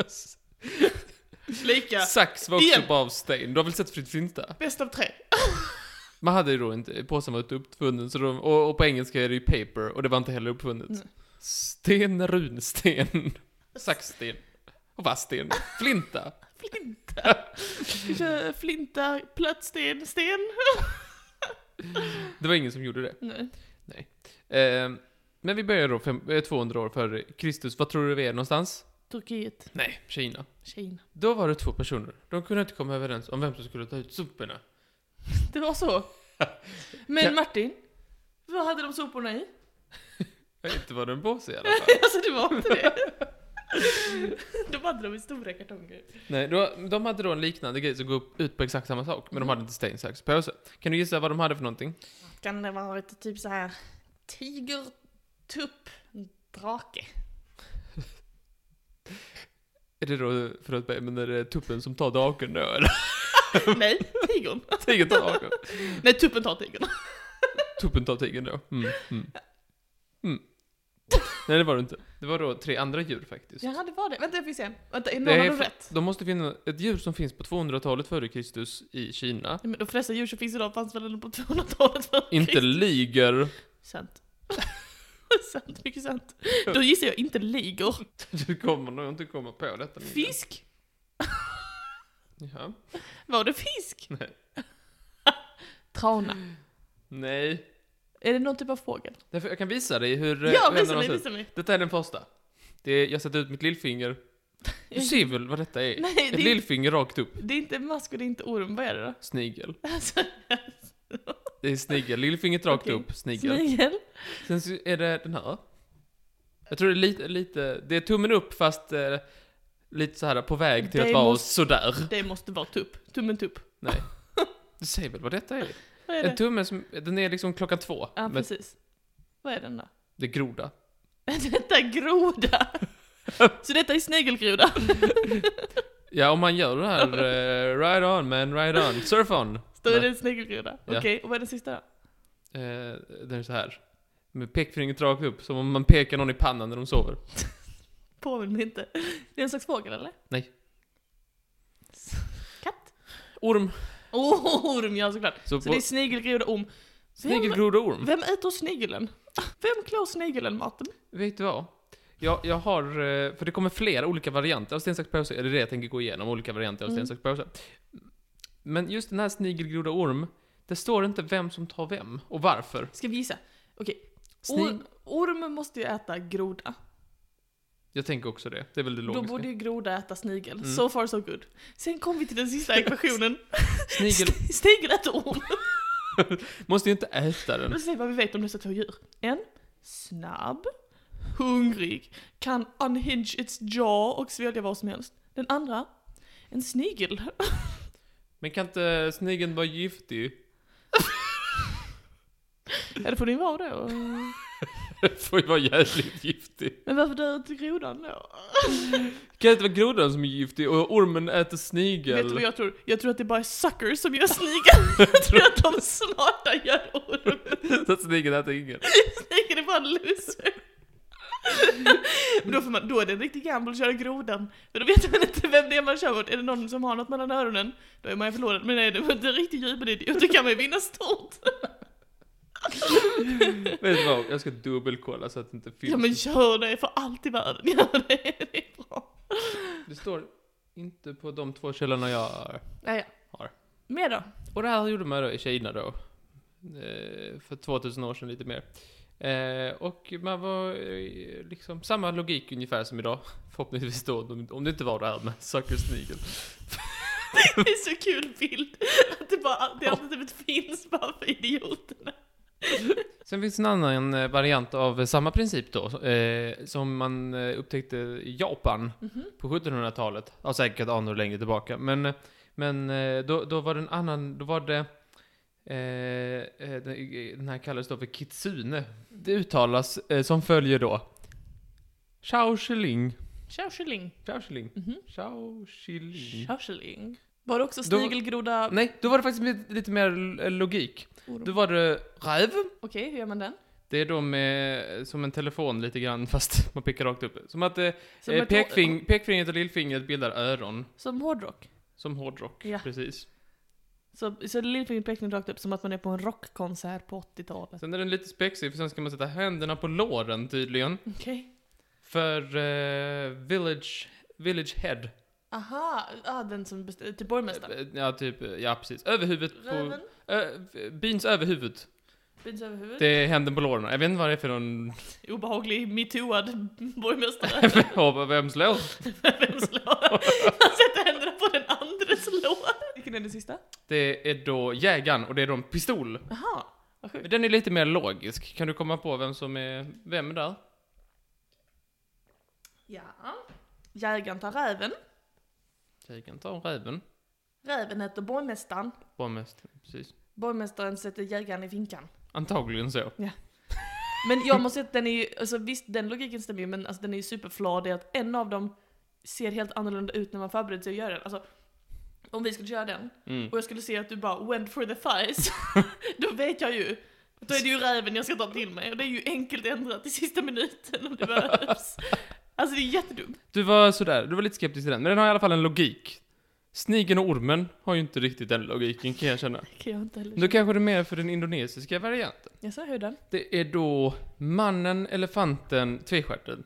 S1: Lika.
S2: Sax var också
S1: Igen.
S2: bara av sten. Du har väl sett Fritt Flinta?
S1: Bäst av 3.
S2: Man hade ju då inte, påsen var inte uppfunnen, så och på engelska är det ju paper, och det var inte heller uppfunnet.
S1: Nej.
S2: Sten, runsten, saxsten, och vasssten, flinta.
S1: Flinta. Vi kör flinta, plötsten, sten.
S2: Det var ingen som gjorde det.
S1: Nej.
S2: Men vi börjar då 200 år före Kristus. Vad tror du vi är någonstans?
S1: Turkiet.
S2: Nej, Kina.
S1: Kina.
S2: Då var det 2 personer. De kunde inte komma överens om vem som skulle ta ut soporna.
S1: Det var så. Men
S2: Ja.
S1: Martin, vad hade de soporna i?
S2: Jag vet inte vad den på sig i alla fall.
S1: Alltså det var inte det. De hade de i stora kartonger.
S2: Nej, de hade då en liknande grej som går ut på exakt samma sak. Men de hade inte sten, sax, påse. Kan du gissa vad de hade för någonting?
S1: Kan det vara ett typ så här tiger, tupp, drake?
S2: Är det då, förlåt mig, men är det tuppen som tar draken då, eller?
S1: Nej, tigern.
S2: Tigern tar draken.
S1: Nej, tuppen tar tigern.
S2: Tuppen tar tigern då. Nej, det var det inte. Det var då 3 andra djur faktiskt.
S1: Ja, det var det. Vänta, jag fick se. Vänta, är
S2: Det
S1: någon
S2: är
S1: av dem rätt?
S2: De måste finna ett djur som finns på 200-talet före Kristus i Kina.
S1: Ja, men de flesta djur som finns idag fanns väl på 200-talet för
S2: Inte liger.
S1: Sant. Sant, mycket sant. Då gissar jag inte liger.
S2: Du kommer nog inte komma på detta. Mikael.
S1: Fisk?
S2: Ja.
S1: Var det fisk?
S2: Nej.
S1: Trana.
S2: Nej.
S1: Är det någon typ av fågel?
S2: Därför jag kan visa dig hur...
S1: Ja,
S2: hur
S1: visa
S2: händerna
S1: mig,
S2: ser ut.
S1: visa mig.
S2: Detta är den första. Jag sätter ut mitt lillfinger. Du ser väl vad detta är?
S1: Nej,
S2: Ett lillfinger rakt upp.
S1: det är inte mask och det är inte orm. Vad är det då?
S2: Snigel.
S1: Alltså,
S2: Det är snigel. Lillfingret rakt
S1: Okej.
S2: upp. Snigel.
S1: snigel.
S2: Sen så är det den här. Jag tror det är lite... Det är tummen upp fast lite så här på väg till
S1: Det
S2: att vara
S1: måste-
S2: sådär.
S1: Det måste vara tupp. Tummen tupp.
S2: Nej. Du ser väl vad detta är?
S1: Vad är
S2: En
S1: det?
S2: tumme som... Den är liksom 2:00.
S1: Ja,
S2: Men
S1: precis. Vad är den då?
S2: det är groda.
S1: Detta är groda. Så detta är snigelgroda.
S2: Ja, om man gör det här... ride on man, ride on. Surf on.
S1: Då är
S2: Nej.
S1: det en snigelgroda.
S2: Ja.
S1: Okej, och vad är den sista då?
S2: Den är så här. Med pekfingret rakt upp. Som om man pekar någon i pannan när de sover.
S1: Påminn mig inte. Det är en slags fågel, eller?
S2: Nej.
S1: Katt?
S2: Orm.
S1: Orm, ja såklart. Så
S2: Så
S1: det är snigelgroda, orm.
S2: snigelgroda orm.
S1: Vem äter snigelen? Vem klår snigelen, Martin?
S2: Vet du vad? Jag har, för det kommer flera olika varianter av sten, sax, påse. Är det jag tänker gå igenom? Olika varianter av sten, sax, påse. Men just den här snigelgroda orm, det står inte vem som tar vem och varför.
S1: Ska vi gissa? Okej.
S2: Snig-
S1: Orm måste ju äta groda.
S2: Jag tänker också det. Det är väl det logiska.
S1: Då borde ju groda äta snigel. So far so good. Sen kom vi till den sista ekvationen. Snigel äter orm.
S2: Måste ju inte äta den.
S1: Låt oss se vad vi vet om dessa två djur. En, snabb, hungrig, kan unhinge its jaw och svälja vad som helst. Den andra, en snigel.
S2: Men kan inte snigeln vara giftig?
S1: Ja, det får det vara då.
S2: Det får ju vara jävligt giftig.
S1: Men varför dör inte grodan då?
S2: Kan det inte vara grodan som är giftig och ormen äter snigel?
S1: Vet du vad jag tror? Jag tror att det bara är suckers som gör snigel. Jag tror att de smarta gör orm.
S2: Så att snigeln äter ingen.
S1: Snigeln är bara en loser. Men då är det en riktig gamble att köra grodan. För då vet man inte vem det är man kör mot. Är det någon som har något mellan öronen, då är man ju förlorad. Men är det en riktig jubelidiot, då kan man ju vinna stort.
S2: Vet du vad? Jag ska dubbelkolla så att det inte finns.
S1: Ja, men gör det för allt i världen. Gör det är bra.
S2: Det står inte på de 2 källorna jag har.
S1: Mer då?
S2: Och det här gjorde man då i Kina då. För 2000 år sedan lite mer. Och man var liksom samma logik ungefär som idag. Förhoppningsvis då, om det inte var det här med suckersnigel.
S1: Det är så kul bild. Att det alternativet finns bara för idioterna.
S2: Sen finns en annan variant av samma princip då, som man upptäckte i Japan på 1700-talet. Ja, säkert anor längre tillbaka. Men då var det en annan, då var det den här kallas då för kitsune. Det uttalas som följer då. Chao Shiling.
S1: Chao Shiling.
S2: Chao Shiling. Chao Shiling.
S1: Chao Shiling. Var det också snigelgroda?
S2: Nej, då var det faktiskt lite mer logik. Då var det räv.
S1: Okej, hur gör man den?
S2: Det är då med, som en telefon lite grann, fast man pekar rakt upp. Som att
S1: som
S2: pekfingret och lillfingret bildar öron.
S1: Som hårdrock?
S2: Som hårdrock,
S1: ja.
S2: Precis.
S1: Så lillfingret pekfingret rakt upp som att man är på en rockkonsert på 80-talet.
S2: Sen är den lite spexig, för sen ska man sätta händerna på låren tydligen.
S1: Okej.
S2: För Village Head.
S1: Aha, den som till borgmästaren.
S2: Ja, precis. Överhuvudet
S1: Räven?
S2: Bins överhuvud.
S1: Bins överhuvud?
S2: Det är händen på låren. Jag vet inte vad det är för någon...
S1: Obehaglig, metooad borgmästare.
S2: Vem slår?
S1: Vem slår? Han sätter händerna på den andres lår. Vilken är den sista?
S2: Det är då jägaren och det är då en pistol.
S1: Aha, vad sjukt.
S2: Den är lite mer logisk. Kan du komma på vem är där?
S1: Ja. Jägaren tar räven.
S2: Jägaren tar räven.
S1: Räven heter borgmästaren.
S2: Borgmästaren, precis.
S1: Borgmästaren sätter jägaren i finkan.
S2: Antagligen så.
S1: Ja. Men jag måste säga att den är ju, alltså visst den logiken stämmer ju, men alltså den är ju superflawed. Det är att en av dem ser helt annorlunda ut när man förbereder sig att göra den. Alltså, om vi skulle köra den, och jag skulle se att du bara went for the thighs, då vet jag ju. Då är det ju räven jag ska ta till mig. Och det är ju enkelt ändrat i sista minuten om det behövs. Alltså det är jättedumt.
S2: Du var lite skeptisk till den, men den har i alla fall en logik. Snigeln och ormen har ju inte riktigt den logiken, kan jag känna.
S1: Kan jag inte heller.
S2: Då kanske det är mer för den indonesiska varianten.
S1: Jag sa hur den?
S2: Det är då mannen, elefanten, tvestjärten.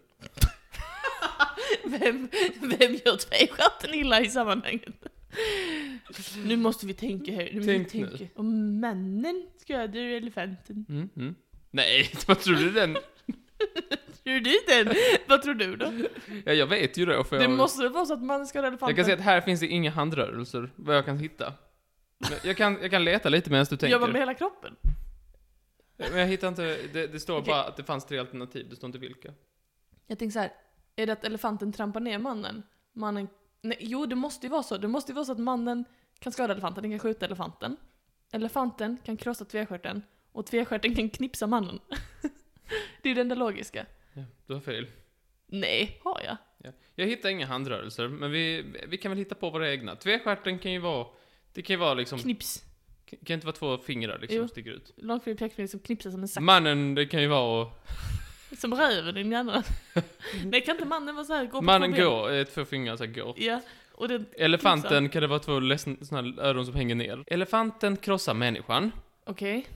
S1: Vem gör tvestjärten illa i sammanhanget? Nu måste vi tänka här.
S2: Tänk.
S1: Och mannen skadar elefanten.
S2: Nej, vad tror du den?
S1: Tror du den? Vad tror du då?
S2: Ja, jag vet ju då.
S1: Det måste vara så att mannen skadar elefanten.
S2: Jag kan säga att här finns det inga handrörelser, vad jag kan hitta. Men jag kan leta lite medan du tänker.
S1: Jobbar med hela kroppen?
S2: Men jag hittar inte, det står bara att det fanns 3 alternativ, det står inte vilka.
S1: Jag tänker så här, är det att elefanten trampar ner mannen? Nej, jo, det måste ju vara så. Det måste ju vara så att mannen kan skada elefanten, den kan skjuta elefanten. Elefanten kan krossa tvestjärten och tvestjärten kan knipsa mannen. Det är ju den där logiska.
S2: Ja, du har fel.
S1: Nej, har jag?
S2: Ja. Jag hittar inga handrörelser, men vi kan väl hitta på våra egna. Tvestjärten kan ju vara liksom...
S1: Knips.
S2: Kan inte vara 2 fingrar liksom sticker ut.
S1: Långfingrig pekfinger som knipsar som en sax.
S2: Mannen, det kan ju vara...
S1: Som röven i den andra. Nej, kan inte mannen vara så här? Gå på
S2: mannen går, 2 fingrar så här går.
S1: Ja. Och
S2: Elefanten
S1: knipsar.
S2: kan det vara 2 såna öron som hänger ner. Elefanten krossar människan.
S1: Okej.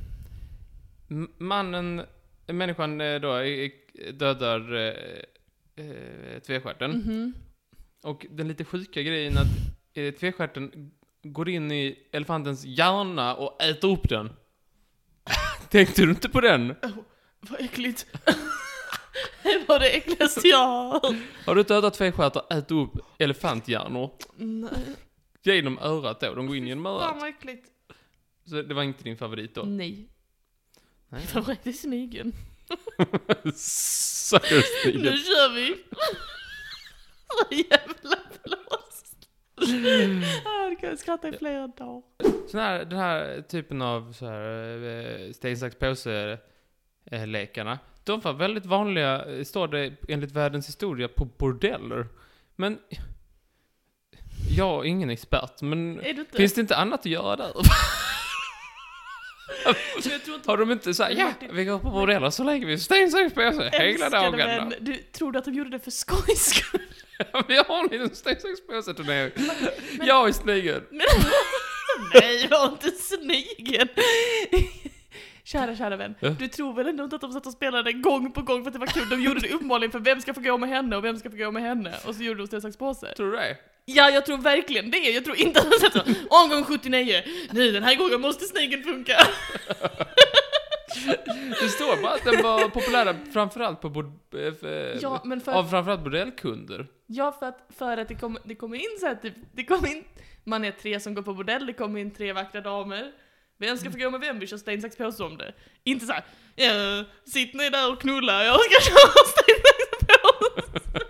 S2: Människan då dödar tvestjärten. Och den lite sjuka grejen att tvestjärten går in i elefantens hjärna och äter upp den. Tänkte du inte på den?
S1: Vad äckligt. Det var det äckligaste jag har.
S2: Har du dödat tvestjärtar, ät upp elefanthjärnor?
S1: Nej.
S2: Genom örat då, de går in genom örat.
S1: Fan vad äckligt.
S2: Så det var inte din favorit då?
S1: Nej.
S2: Nej.
S1: Favorit är snigeln.
S2: Suckersnigeln.
S1: Nu kör vi. Så jävla blåst. Jag kan skratta i flera dagar.
S2: Den här typen av så här sten, sax, påse lekarna, de var väldigt vanliga, står det enligt världens historia, på bordeller. Men jag är ingen expert, men finns det inte annat att göra där? Har de inte så här, ja, vi går på bordeller så lägger vi sten, sax, påse hela dagen.
S1: Du tror att de gjorde det för skojs skull?
S2: Vi har en liten sten, sax, påse turnering. Jag är snigeln.
S1: Nej, jag är inte snigeln. Kära vän, du tror väl ändå inte att de satt och spelade gång på gång för att det var kul? De gjorde det uppmålning för vem ska få gå med henne och vem ska få gå med henne. Och så gjorde de sten, sax, påse.
S2: Tror du det?
S1: Ja, jag tror verkligen det. Jag tror inte att de satt så, omgång 79. Nej, den här gången måste snigeln funka.
S2: Det står bara att den var populär framförallt på framförallt bordellkunder.
S1: Ja, för att det kommer in så här typ, det kommer in, man är 3 som går på bordell, det kommer in 3 vackra damer. Vem ska få gå med vem? Vi kör sten, sax, påse om det. Inte så här, ja, sitt ni där och knulla, jag ska köra sten, sax, påse.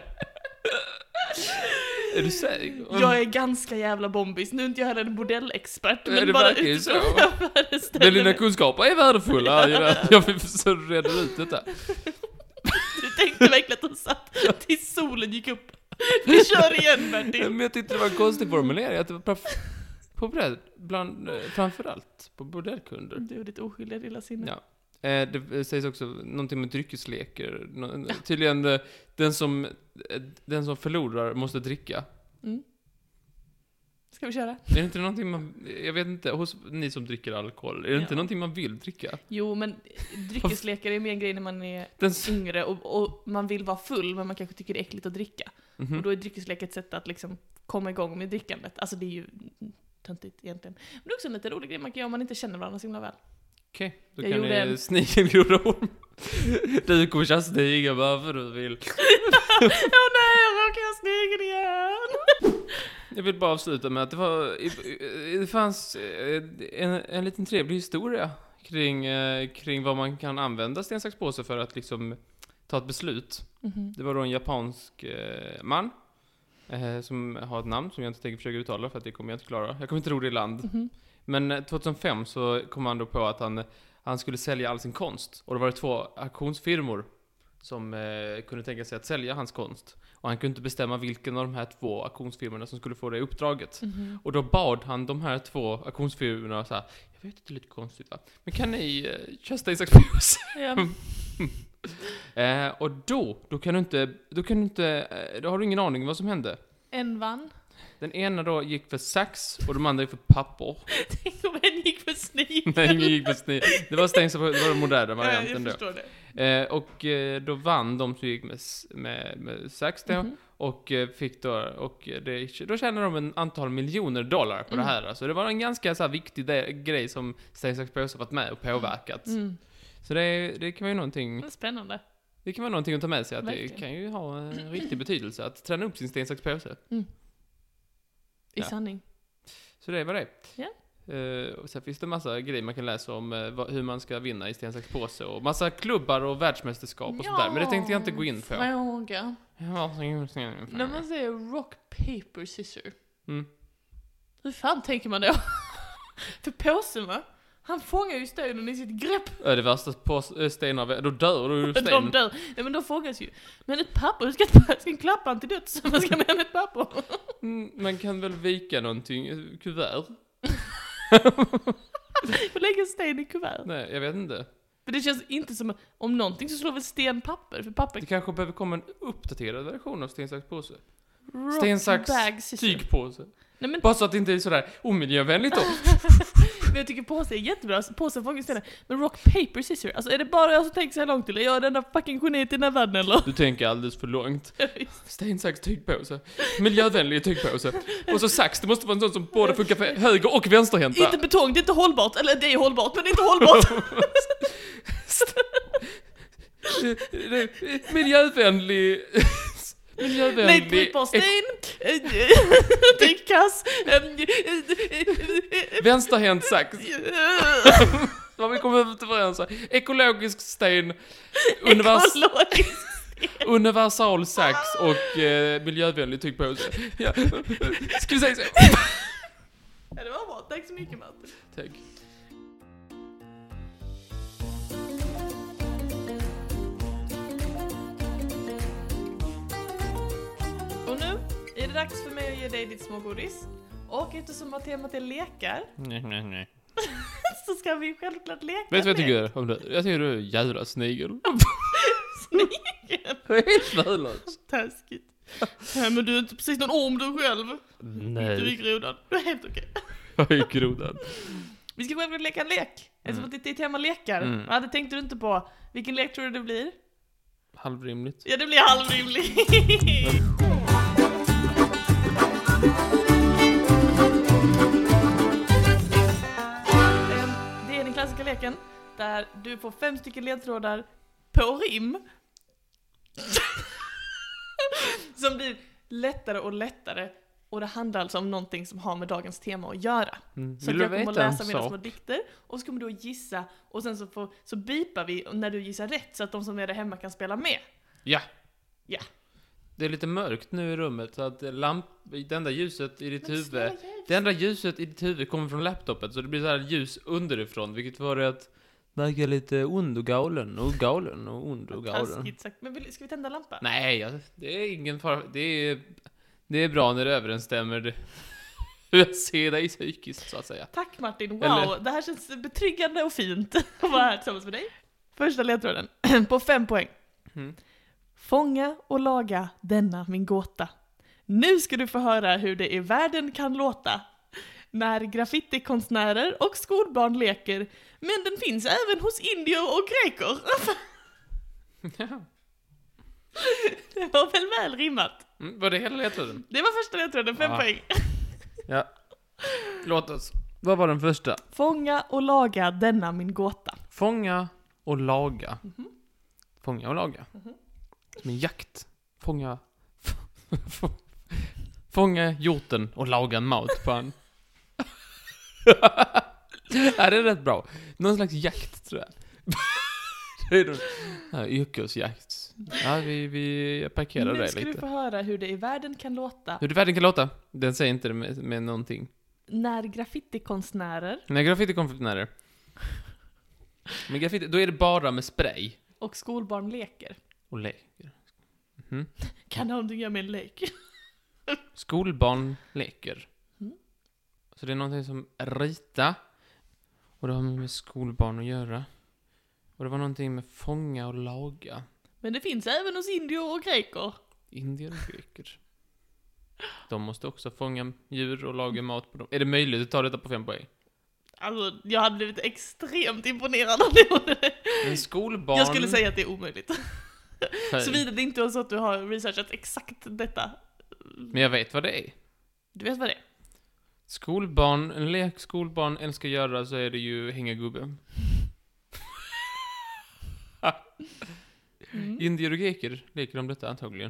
S2: Är du säker?
S1: Jag är ganska jävla bombis. Nu är inte jag heller en bordellexpert, men
S2: det
S1: bara
S2: verkar ju så.
S1: Men
S2: dina kunskaper är värdefulla. Jag vill försöka reda ut detta.
S1: Du tänkte verkligen att de satt tills solen gick upp. Vi kör igen, Bertil.
S2: Men jag tyckte det var en konstig formulering. Att det var på bredd, framförallt på bordellkunder.
S1: Du är ditt oskyldiga lilla sinne.
S2: Ja. Det sägs också någonting med dryckesleker. Tydligen den som förlorar måste dricka.
S1: Mm. Ska vi köra?
S2: Är det inte någonting man... Jag vet inte, hos ni som dricker alkohol, är det inte någonting man vill dricka?
S1: Jo, men dryckeslekar är mer en grej när man är yngre och man vill vara full, men man kanske tycker det är äckligt att dricka.
S2: Mm-hmm.
S1: Och då är dryckeslek ett sätt att liksom komma igång med drickandet. Alltså det är ju töntigt egentligen. Men det är också en lite rolig grej man kan göra om man inte känner varandra så himla väl.
S2: Okej, då kan ni snigelgroda. Du kommer köra snigel bara för du vill.
S1: Åh nej, jag råkar snigel igen.
S2: Jag vill bara avsluta med att det fanns en liten trevlig historia kring vad man kan använda sten, sax, påse för att liksom ta ett beslut. Mm-hmm. Det var då en japansk man som har ett namn som jag inte tänker försöka uttala för att det kommer jag inte klara. Jag kommer inte ro det i land. Mm-hmm. Men 2005 så kom han då på att han skulle sälja all sin konst. Och då var det 2 auktionsfirmor som kunde tänka sig att sälja hans konst. Och han kunde inte bestämma vilken av de här 2 auktionsfirmorna som skulle få det uppdraget. Mm-hmm. Och då bad han de här 2 auktionsfirmorna så här, jag vet inte, lite konstigt va? Men kan ni köra sten, sax, påse? Ja. Och då kan du inte, då har du ingen aning vad som hände.
S1: En vann.
S2: Den ena då gick för sax och de andra gick för papper.
S1: Tänk om en gick för snigel.
S2: Nej, ingen gick för snigel. Det var sten, det var den moderna varianten då.
S1: Jag förstår det.
S2: Och då vann de som gick med sax då. Mm-hmm. Och fick då, då tjänade de en antal miljoner dollar på det här. Så alltså, det var en ganska så här viktig grej som sten, sax, påse varit med och påverkat. Mm. Så det kan vara ju någonting...
S1: Spännande.
S2: Det kan vara någonting att ta med sig. Att det kan ju ha en riktig betydelse att träna upp sin sten, sax, påse. Mm.
S1: I sanning.
S2: Så det var det.
S1: Ja.
S2: Och sen finns det massa grejer man kan läsa om hur man ska vinna i sten, sax, påse. Och massa klubbar och världsmästerskap och sånt där. Men det tänkte jag inte gå in på.
S1: Fråga. När man säger rock, paper, scissor. Mm. Hur fan tänker man då? För påsen, va? Han fångar ju stenen i sitt grepp.
S2: Det värsta stenar, då dör du sten.
S1: De dör. Nej, men de fångas ju. Men ett papper, du ska en klappa han till döds. Vad ska man med ett papper?
S2: Man kan väl vika någonting, kuvert.
S1: Och lägga sten i kuvert.
S2: Nej, jag vet inte.
S1: För det känns inte som, om någonting så slår väl sten papper. För papper...
S2: Det kanske behöver komma en uppdaterad version av sten, sax, påse. Sten, sax, tygpåse. Nej, men... Bara så att det inte är sådär omiljövänligt då.
S1: Men jag tycker påse är jättebra. Påsen fångar stenen. Men rock, paper, scissor. Alltså är det bara jag som tänker så här långt till? Är jag den där fucking geniet i den här världen eller?
S2: Du tänker alldeles för långt. Sten, sax, tygpåse. Miljövänlig tygpåse. Och så sax, det måste vara en sån som både funkar för höger- och vänsterhänta.
S1: Inte betong, det är inte hållbart. Eller det är hållbart, men det är inte hållbart.
S2: Miljövänlig...
S1: Nej, tryckborsten, tryckkass,
S2: vänsterhänt sax. Vad vi kommer överens om. Ekologisk sten, universal sax och miljövänlig tryckpåse. Ja. Ska vi säga så?
S1: Ja, det var bra. Tack så mycket, Martin.
S2: Tack.
S1: Och nu är det dags för mig att ge dig ditt smågodis. Och eftersom att temat är lekar
S2: Nej.
S1: så ska vi självklart leka.
S2: Vet du vad jag tycker om det? Jag tycker du är jävla snigel.
S1: Snigel?
S2: Det är helt värdelöst.
S1: Taskigt. Ja, men du är inte precis någon orm du själv.
S2: Nej.
S1: Du är grodan. Du är helt okej.
S2: Jag är grodan.
S1: Vi ska självklart leka en lek. Eftersom att det är tema lekar. Ja, det tänkte du inte på. Vilken lek tror du det blir?
S2: Halvrimligt.
S1: Ja, det blir halvrimligt. Det är den klassiska leken där du får 5 stycken ledtrådar på rim. Som blir lättare och lättare. Och det handlar alltså om någonting som har med dagens tema att göra. Så
S2: Vill
S1: jag
S2: du
S1: kommer att
S2: veta
S1: läsa
S2: en
S1: mina
S2: sak?
S1: små dikter. Och så kommer du att gissa. Och sen så bipar vi när du gissar rätt. Så att de som är där hemma kan spela med.
S2: Ja.
S1: Ja.
S2: Det är lite mörkt nu i rummet så att det enda ljuset i ditt
S1: Men
S2: huvud...
S1: snälla jävlar.
S2: Det enda ljuset i ditt huvud kommer från laptopet så det blir så här ljus underifrån. Vilket var det att verka lite ond och galen och galen och ond och galen.
S1: Taskigt sagt. Men ska vi tända lampan?
S2: Nej, det är ingen fara. Det är bra när det överensstämmer hur jag ser dig psykiskt så att säga.
S1: Tack Martin, wow.
S2: Eller-
S1: Det här känns betryggande och fint att vara här tillsammans med dig. Första ledtråden. På 5 poäng.
S2: Mm.
S1: Fånga och laga denna min gåta. Nu ska du få höra hur det i världen kan låta. När graffitikonstnärer och skolbarn leker. Men den finns även hos indier och greker.
S2: Ja.
S1: Det var väl rimmat.
S2: Var det hela ledtråden?
S1: Det var första ledtråden, 5
S2: Ja.
S1: poäng.
S2: Ja. Låt oss. Vad var den första?
S1: Fånga och laga denna min gåta.
S2: Fånga och laga. Fånga och laga. Som en jakt. Fånga hjorten och laga mat på han. Ja, det är rätt bra. Någon slags jakt, tror jag. Det är någon här yrkesjakt. Ja, jag parkerar
S1: Nu
S2: det
S1: ska du
S2: lite.
S1: få höra hur det i världen kan låta.
S2: Hur det världen kan låta. Den säger inte det med någonting.
S1: När graffitikonstnärer
S2: Nej, graffitikonstnärer. Men graffiti, då är det bara med spray.
S1: och skolbarn leker.
S2: Och leker. Mhm.
S1: Kan någonting göra med en lek?
S2: Skolbarn leker.
S1: Mm.
S2: Så det är någonting som rita. Och det har med skolbarn att göra. Och det var någonting med fånga och laga.
S1: Men det finns även hos indier och greker.
S2: Indier och greker. De måste också fånga djur och laga mat på dem. Är det möjligt att ta detta på 5 poäng?
S1: Alltså, jag hade blivit extremt imponerad om det gjorde det.
S2: Men skolbarn...
S1: Jag skulle säga att det är omöjligt.
S2: Hej.
S1: Såvida det inte var så att du har researchat exakt detta.
S2: Men jag vet vad det är.
S1: Du vet vad det är?
S2: Skolbarn, en lek skolbarn älskar göra så är det ju hänga gubbe.
S1: Mm.
S2: Indier och greker leker om detta antagligen.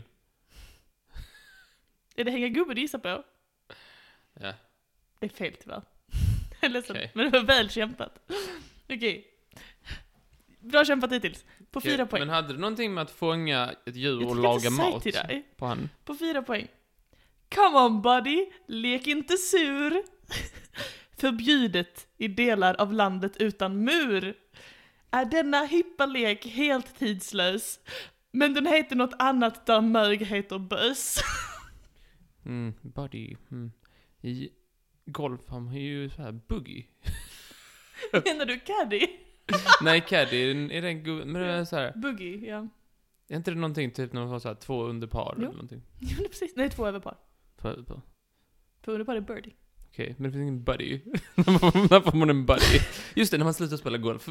S1: Är det hänga gubbe du gissar på?
S2: Ja.
S1: Det är fel tyvärr. Jag är ledsen,
S2: Okej.
S1: men det var väl kämpat. Okej. Bra kämpat hittills. På 4 poäng.
S2: Men hade du någonting med att fånga ett djur
S1: Jag
S2: och
S1: ska
S2: laga
S1: inte säga
S2: mat
S1: till dig.
S2: på han?
S1: På 4 poäng. Come on buddy, lek inte sur. Förbjudet i delar av landet utan mur. Är denna hippa lek helt tidslös. Men den heter något annat där mög heter bös.
S2: Buddy. I golf har man ju så här boogie.
S1: Menar du caddy?
S2: Nej, caddy är den gubbe. Men det är så här.
S1: Boogie, ja.
S2: Är inte det någonting typ när man får så här 2 under par
S1: Jo.
S2: eller någonting?
S1: Jo, det är precis. Nej, 2 över par.
S2: 2 under par.
S1: 2 över par är birdie.
S2: Okej, men det finns ingen buddy. När får man en buddy? Just det, när man slutar spela golf.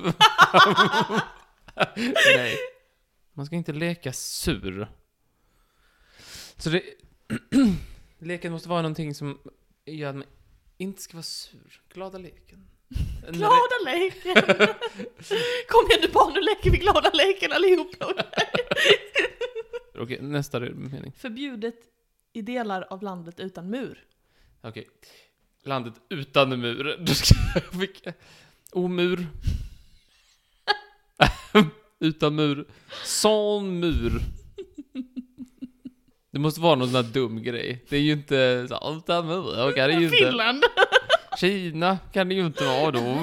S2: Nej. Man ska inte leka sur. Så det... leken måste vara någonting som gör att man inte ska vara sur. Glada leken.
S1: Glada leken. Kom igen du barn, nu leker vi glada leken allihop.
S2: Okej, nästa mening.
S1: Förbjudet i delar av landet utan mur.
S2: Okej. Landet utan mur. Då ska jag skicka... Omur. Utan mur. Sån mur. Det måste vara någon sån här dum grej. Det är ju inte så utan mur. Det är ju inte.
S1: Finland.
S2: Kina kan det ju inte vara då.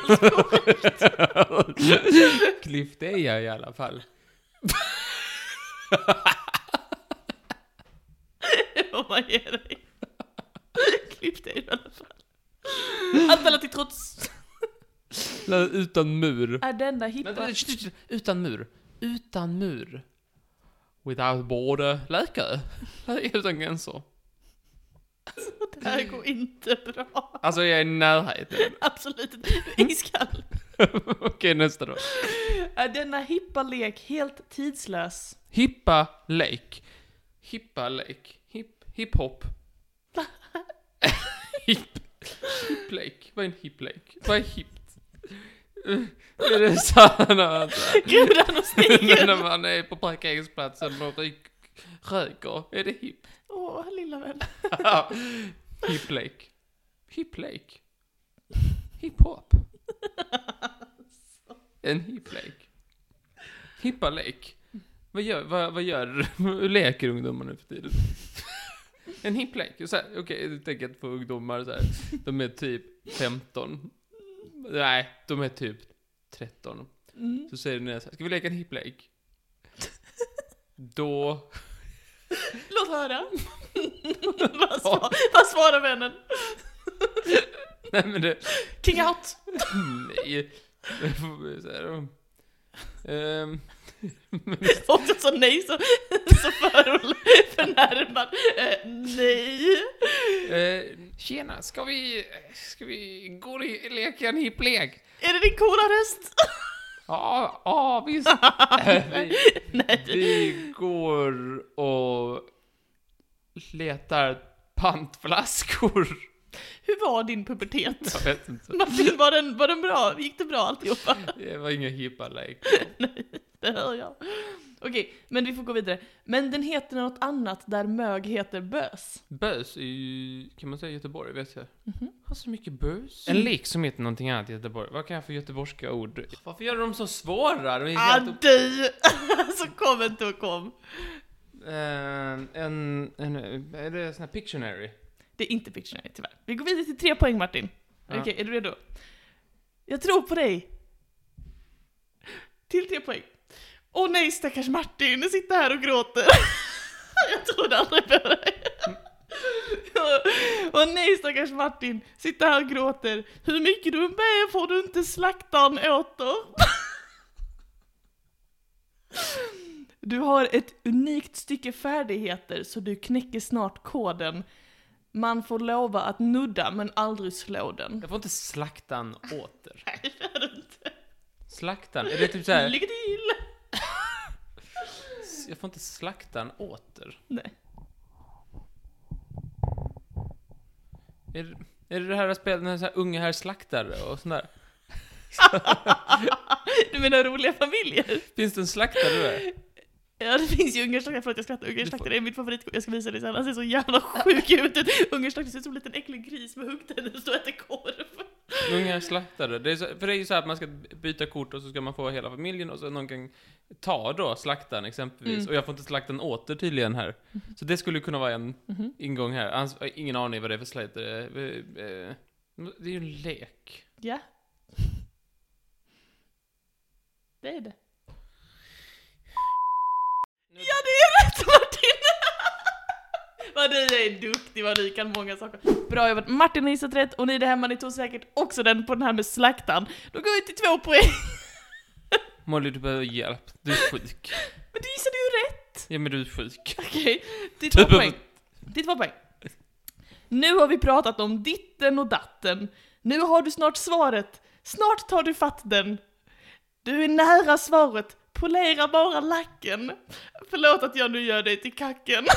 S2: Klipp det är jag i alla fall.
S1: Vad man ger dig. Klipp det i alla fall. Alternativ trots.
S2: Utan mur.
S1: Är denna hippa...
S2: Utan mur. Utan mur. Without border. Läkare. Utan gränser.
S1: Det här går inte bra.
S2: Alltså jag är i närheten.
S1: Absolut inte. Du är iskall.
S2: Okej, nästa då.
S1: Är denna hippa lek helt tidslös?
S2: Hippa lake. Hippa lake. Hip-hop. Hip lake. Vad är en hip lake? Vad är hippt? Är det såna...
S1: Gudan och stigen.
S2: När man är på parkeringsplatsen och röker. Är det hip?
S1: Åh, lilla vän.
S2: Hip lake. Hip lake. Hip-hop. En hip lake. Hippa lake. Vad gör hur leker ungdomar nu för tiden? En hip lake. Okej, du tänker att för ungdomar så här, de är typ 15. Nej, de är typ 13. Så säger du så här, ska vi leka en hip lake? Då...
S1: Låt höra. Vad svarar vännen?
S2: Nej, men det...
S1: King out.
S2: Nej. Så här,
S1: Också så nej så förnärmad. Nej.
S2: Tjena, ska vi gå och leka en hiplek?
S1: Är det din coola röst?
S2: Ja, visst. Vi går och letar pantflaskor.
S1: Hur var din pubertet?
S2: Jag vet inte.
S1: Martin, var den bra? Gick det bra alltihopa?
S2: Det var inga hippa lek.
S1: Nej, det hör jag. Okej, men vi får gå vidare. Men den heter något annat där mög heter bös.
S2: Bös i, kan man säga Göteborg, vet jag. Har så mycket bös. En lek som heter någonting annat i Göteborg. Vad kan jag för göteborgska ord? Varför gör de så svåra? De är helt
S1: du! Så kom inte och kom.
S2: Är det sån här Pictionary?
S1: Det är inte Pictionary, tyvärr. Vi går vidare till 3 poäng, Martin.
S2: Ja.
S1: Okej, är du redo? Jag tror på dig. Till 3 poäng. Åh nej, stackars Martin. Nu sitter här och gråter. Jag trodde aldrig på dig. Åh nej, stackars Martin. Sitter här och gråter. Hur mycket du med får du inte slaktaren åter? Du har ett unikt stycke färdigheter så du knäcker snart koden. Man får lova att nudda men aldrig slå den.
S2: Jag får inte slaktan åter.
S1: Nej, det är det inte.
S2: Slaktan? Är det typ så här?
S1: Lycka till!
S2: Jag får inte slaktan åter.
S1: Nej.
S2: Är det här spelet när så här unga här slaktare och sån där?
S1: Du menar roliga familjer?
S2: Finns det en slaktare där?
S1: Ja, det finns ju ungerslaktare, för att jag skrattar. Ungerslaktare är mitt favorit. Jag ska visa dig sen. Han ser så jävla sjuk ut. Ungerslaktare ser ut som en liten äcklig gris med huggtänder och står och äter korv.
S2: Unga slaktare. Det är så, för det är ju så här att man ska byta kort och så ska man få hela familjen och så någon kan ta då slaktaren exempelvis. Och jag får inte slaktan åter tydligen här. Så det skulle kunna vara en ingång här. Jag har ingen aning vad det är för släkt. Det är ju en lek.
S1: Ja. Det är det. Ja, det är rätt, Martin! Vad du är duktig, vad du kan många saker. Bra jobbat. Martin har gissat rätt och ni där hemma, ni tog säkert också den på den här med slaktan. Då går vi till 2 poäng.
S2: Molly, du behöver hjälp. Du är sjuk.
S1: Men du gissade ju rätt.
S2: Ja, men du är sjuk.
S1: Okej, till 2 poäng. Till 2 poäng. Nu har vi pratat om ditten och datten. Nu har du snart svaret. Snart tar du fatt den. Du är nära svaret. Polera bara lacken. Förlåt att jag nu gör dig till kacken.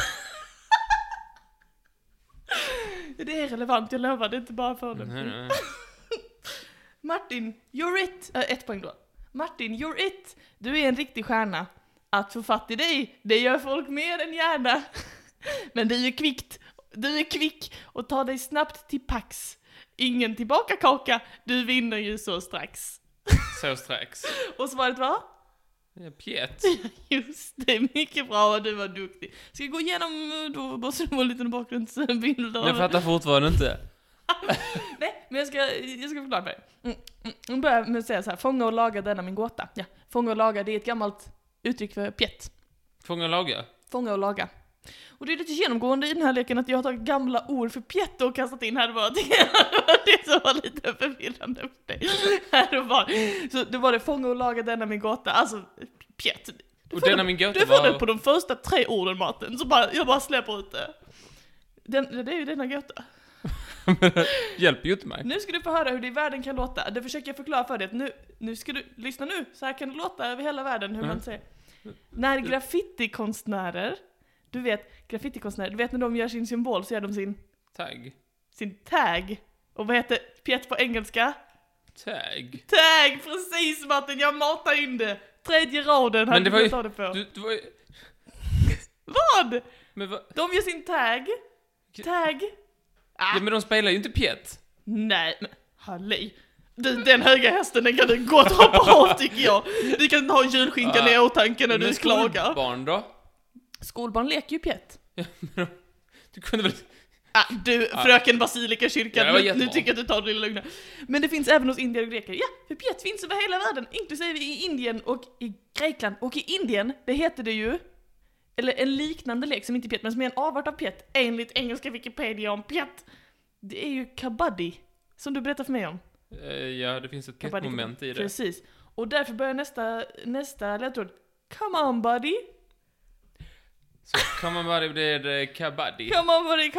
S1: Det är relevant, jag lovar. Det är inte bara för den. Martin, you're it. 1 poäng då. Martin, you're it. Du är en riktig stjärna. Att få fatt i dig, det gör folk mer än gärna. Men du är kvick och tar dig snabbt till pax. Ingen tillbaka kaka, du vinner ju så strax.
S2: Så strax.
S1: Och svaret var?
S2: Pjätt.
S1: Just det, mycket bra och du var duktig. Ska vi gå igenom, då måste du få en liten bakgrundsbild.
S2: Jag fattar fortfarande inte.
S1: Nej, men jag ska förklara för dig. Jag börjar med att säga så här: fånga och laga denna min gåta. Ja, fånga och laga, det är ett gammalt uttryck för pjätt.
S2: Fånga och laga?
S1: Fånga och laga. Och det är lite genomgående i den här leken att jag har tagit gamla ord för pjätt och kastat in här och var. Det som var lite förvirrande för dig. Här och var. Så det var det, fånga och laga denna min gåta. Alltså, pjätt.
S2: Och denna min gåta
S1: du får det på de första 3 orden, Martin. Så jag bara släpper ut det. Det är ju denna gåta.
S2: Hjälper ju inte mig.
S1: Nu ska du få höra hur det i världen kan låta. Det försöker jag förklara för dig. Nu ska du lyssna nu. Så här kan det låta över hela världen, hur man säger. När graffitikonstnärer, du vet när de gör sin symbol så gör de sin tag. Och vad heter pjätt på engelska?
S2: Tag,
S1: precis Martin, jag matar in det. 3:e raden.
S2: Men det var ju...
S1: Det var ju... Vad?
S2: Men vad?
S1: De gör sin tag.
S2: Ja, men de spelar ju inte pjätt.
S1: Nej, men halli. Den höga hästen, den kan du gott hoppa av tycker jag. Du kan ha julskinkan i åtanke när du klagar.
S2: Skolbarn då?
S1: Skolbarn leker ju pjätt.
S2: Du kunde väl...
S1: Fröken Basilika kyrkan, nu tycker jag att du tar det lugna. Men det finns även hos indier och greker. Ja, för pjätt finns över hela världen, inklusive i Indien och i Grekland. Och i Indien, det heter det ju, eller en liknande lek som inte är pjätt, men som är en avart av pjätt, enligt engelska Wikipedia om pjätt. Det är ju kabaddi, som du berättar för mig om.
S2: Ja, det finns ett pjättmoment i det.
S1: Precis. Och därför börjar nästa ledtråd. Come on buddy.
S2: Så come on buddy blir det kabaddi.
S1: Come on buddy.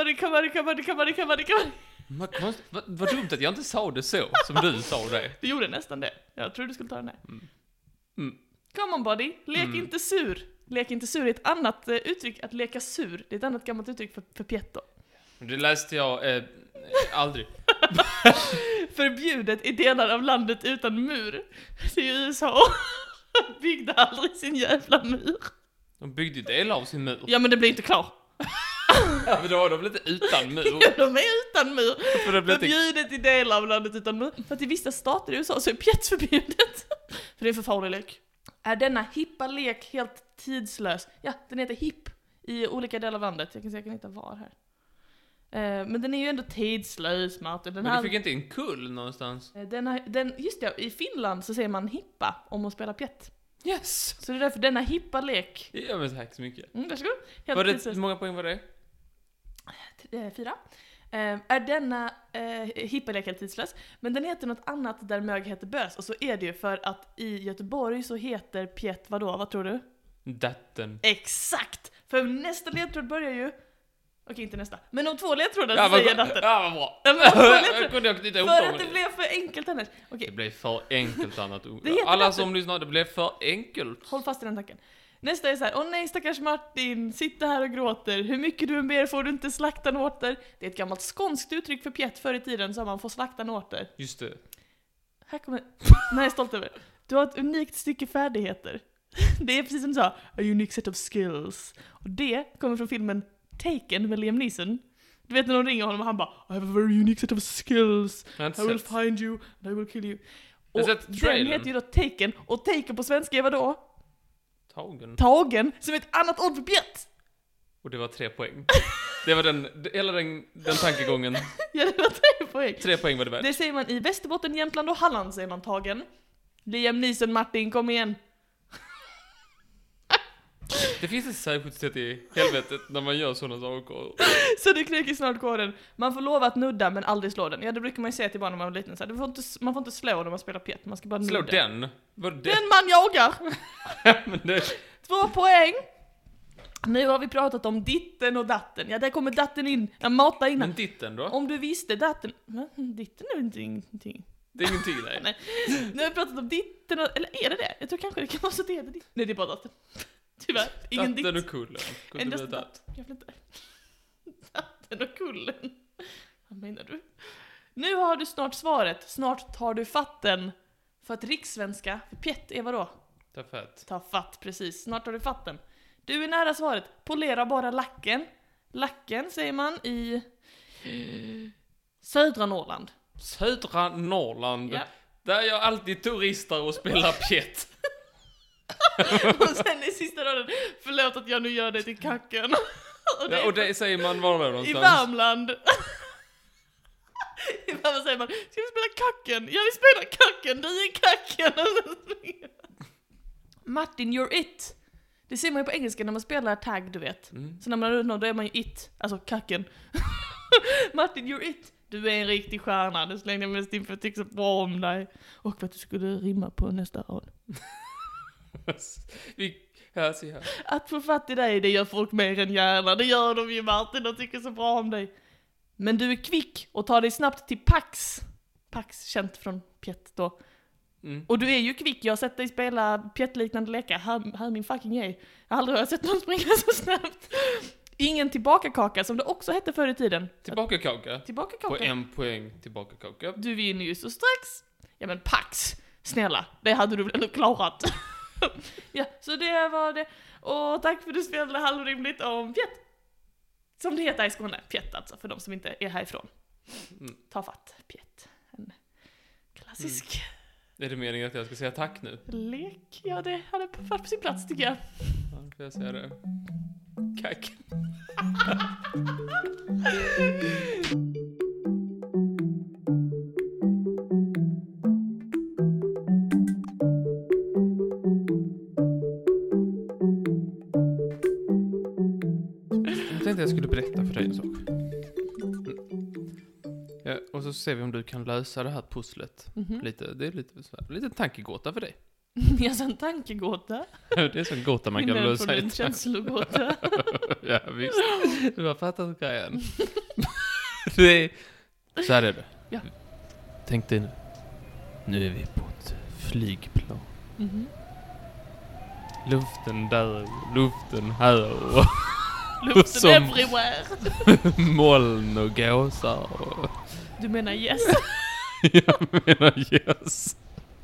S2: Vad dumt att jag inte sa det så, som du sa det.
S1: Du gjorde nästan det. Jag tror du skulle ta den här. Come on buddy, lek inte sur. Lek inte sur är ett annat uttryck, att leka sur. Det är ett annat gammalt uttryck för pjätt då.
S2: Det läste jag aldrig.
S1: Förbjudet i delar av landet utan mur. Det är ju USA. Byggde aldrig sin jävla mur.
S2: De byggde ju delar av sin mur.
S1: Ja, men det blir inte klar.
S2: Ja, men då var de väl inte utan mur?
S1: Ja, de är utan mur. Förbjudet i delar av landet utan mur. För att i vissa stater i USA så är pjätt förbjudet. För det är för farlig lek. Är denna hippa lek helt tidslös? Ja, den heter hipp i olika delar av landet. Jag kan hitta var här. Men den är ju ändå tidslös, Martin.
S2: Men du fick inte en kull någonstans?
S1: Just det, i Finland så säger man hippa om att spela pjätt.
S2: Yes!
S1: Så det är därför denna hippa lek.
S2: Ja, men tack så mycket.
S1: Varsågod.
S2: Hur många poäng var det?
S1: 4. Är denna hippa lek helt tidslös? Men den heter något annat där mög heter bös. Och så är det ju för att i Göteborg så heter pjätt vadå? Vad tror du?
S2: Datten.
S1: Exakt! För nästa ledtråd börjar ju... Okej, inte nästa. Men om 2 ledtrådar så säger jag datten.
S2: Ja, vad bra.
S1: Ja,
S2: för
S1: att det blev för enkelt annars. Okay.
S2: Det blev för enkelt annat. Alla som lyssnar, det blev för enkelt.
S1: Håll fast i den tanken. Nästa är så här: åh nej stackars Martin, sitter här och gråter. Hur mycket du än ber får du inte slakta nåter. Det är ett gammalt skånskt uttryck för pjätt förr i tiden, så man får slakta nåter.
S2: Just det.
S1: Här kommer... Nej, jag är stolt över. Du har ett unikt stycke färdigheter. Det är precis som du sa, a unique set of skills. Och det kommer från filmen Taken med Liam Neeson. Du vet när de ringer honom och han bara, I have a very unique set of skills. I will find you and I will kill you. Och den heter ju då Taken. Och Taken på svenska är vad då? Tagen, som är ett annat ord för pjätt.
S2: Och det var 3 poäng. Det var hela den tankegången.
S1: Ja, det var 3 poäng.
S2: 3 poäng var det värt.
S1: Det säger man i Västerbotten, Jämtland och Halland, säger man tagen. Liam Neeson, Martin, kom igen.
S2: Det finns ett särskilt sätt i helvetet när man gör sådana saker.
S1: Så du knäcker snart koden. Man får lova att nudda men aldrig slå den. Ja, det brukar man ju säga till barn när man var liten. Så man får inte slå när man spelar pjätt. Man ska bara nudda.
S2: Slå den?
S1: Den man jagar!
S2: Men det...
S1: 2 poäng! Nu har vi pratat om ditten och datten. Ja, där kommer datten in. Jag matar innan.
S2: Men ditten då?
S1: Om du visste datten... Ditten är inte ingenting.
S2: Det är ingenting, nej.
S1: Nu har vi pratat om ditten och... Eller är det det? Jag tror kanske det kan vara så att det är det. Nej, det är bara datten. Tyvärr, ingen ditt.
S2: Datten och kullen.
S1: Endast datt. Jag vill inte. Datten och kullen. Vad menar du? Nu har du snart svaret. Snart tar du fatten. För att rikssvenska, för pjätt är vadå?
S2: Ta fatt.
S1: Ta fatt, precis. Snart tar du fatten. Du är nära svaret. Polera bara lacken. Lacken säger man i södra Norrland.
S2: Södra Norrland.
S1: Ja.
S2: Där jag alltid turister och spelar pjätt.
S1: Och sen i sista raden, förlåt att jag nu gör det till kacken.
S2: Och det säger man var då
S1: I
S2: någonstans?
S1: Värmland. I Värmland säger man, ska vi spela kacken? Ja, vi spelar kacken, du är kacken. Martin, you're it. Det ser man ju på engelska när man spelar tag, du vet. Så när man är någon, då är man ju it. Alltså kacken. Martin, you're it. Du är en riktig stjärna. Du slängde mest in för att jag tycker så bra om dig. Och för att du skulle rimma på nästa rad. Att få fatt i dig, det gör folk mer än gärna. Det gör de ju, Martin, de tycker så bra om dig. Men du är kvick och tar dig snabbt till Pax. Pax, känt från Pjätt då. Och du är ju kvick, jag har sett dig spela Pjätt-liknande lekar. Här min fucking är. Jag har aldrig sett någon springa så snabbt. Ingen tillbakakaka, som det också hette förr i tiden.
S2: Tillbakakaka?
S1: Tillbakakaka.
S2: På 1 poäng tillbakakaka.
S1: Du vinner ju så strax. Ja men Pax, snälla, det hade du väl ändå klarat. Ja, så det var det. Och tack för att du spelade halvrimligt om Pjätt. Som det heter i Skåne. Pjätt alltså, för de som inte är härifrån. Ta fatt, Pjätt. En klassisk
S2: Är det meningen att jag ska säga tack nu?
S1: lek. Ja, det hade varit på sin plats tycker jag.
S2: Ja, får jag säga det? Kack. Jag tänkte jag skulle berätta för dig en sak. Ja, och så ser vi om du kan lösa det här pusslet. Lite, det är lite besvär. Lite tankegåta för dig.
S1: Jag sa en tankegåta.
S2: Det är sån gåta man kan lösa.
S1: Från en känslogåta.
S2: Ja, visst. Du har fattat grejen. Det är... Så här är det.
S1: Ja.
S2: Tänk dig nu. Nu är vi på ett flygplan. Luften där, luften här och...
S1: Luften
S2: som
S1: everywhere.
S2: moln och gåsar och...
S1: Du menar yes?
S2: Jag menar yes.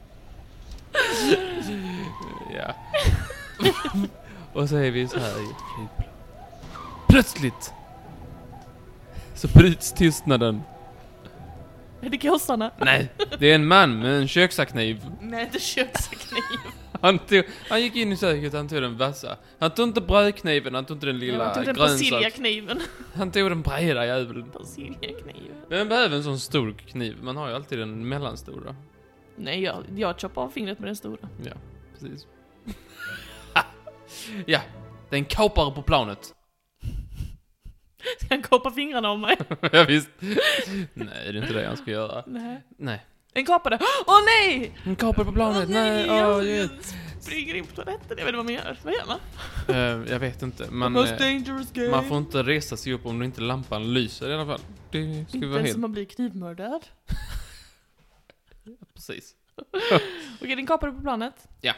S2: Ja. Och så är vi så här i ett flygplan. Plötsligt så bryts tystnaden.
S1: Är det gossarna?
S2: Nej, det är en man med en köksakniv.
S1: Nej, inte kökskniv.
S2: Han gick in i köket, han tog den vassa. Han tog inte brödkniven, han tog inte den lilla
S1: Han tog den
S2: grönsaks.
S1: persiljakniven.
S2: Han tog den breda jäveln.
S1: Persiljakniven.
S2: Men behöver en sån stor kniv, man har ju alltid den mellanstora.
S1: Nej, jag choppar av fingret med den stora.
S2: Ja, precis. Ja, det är en kapare på planet.
S1: Ska han kapa fingrarna av mig?
S2: Ja, visst. Nej, det är inte det han ska göra. Nej.
S1: En kapare. Åh nej!
S2: En kapare på planet, nej.
S1: Jag springer in på toaletten, jag vet inte vad man gör. Vad gör man?
S2: Jag vet inte. Man får inte resa sig upp om inte lampan lyser i alla fall. Det ska
S1: inte
S2: vara helt...
S1: som man blir knivmördad.
S2: Precis.
S1: Okej, din kapare på planet.
S2: Ja.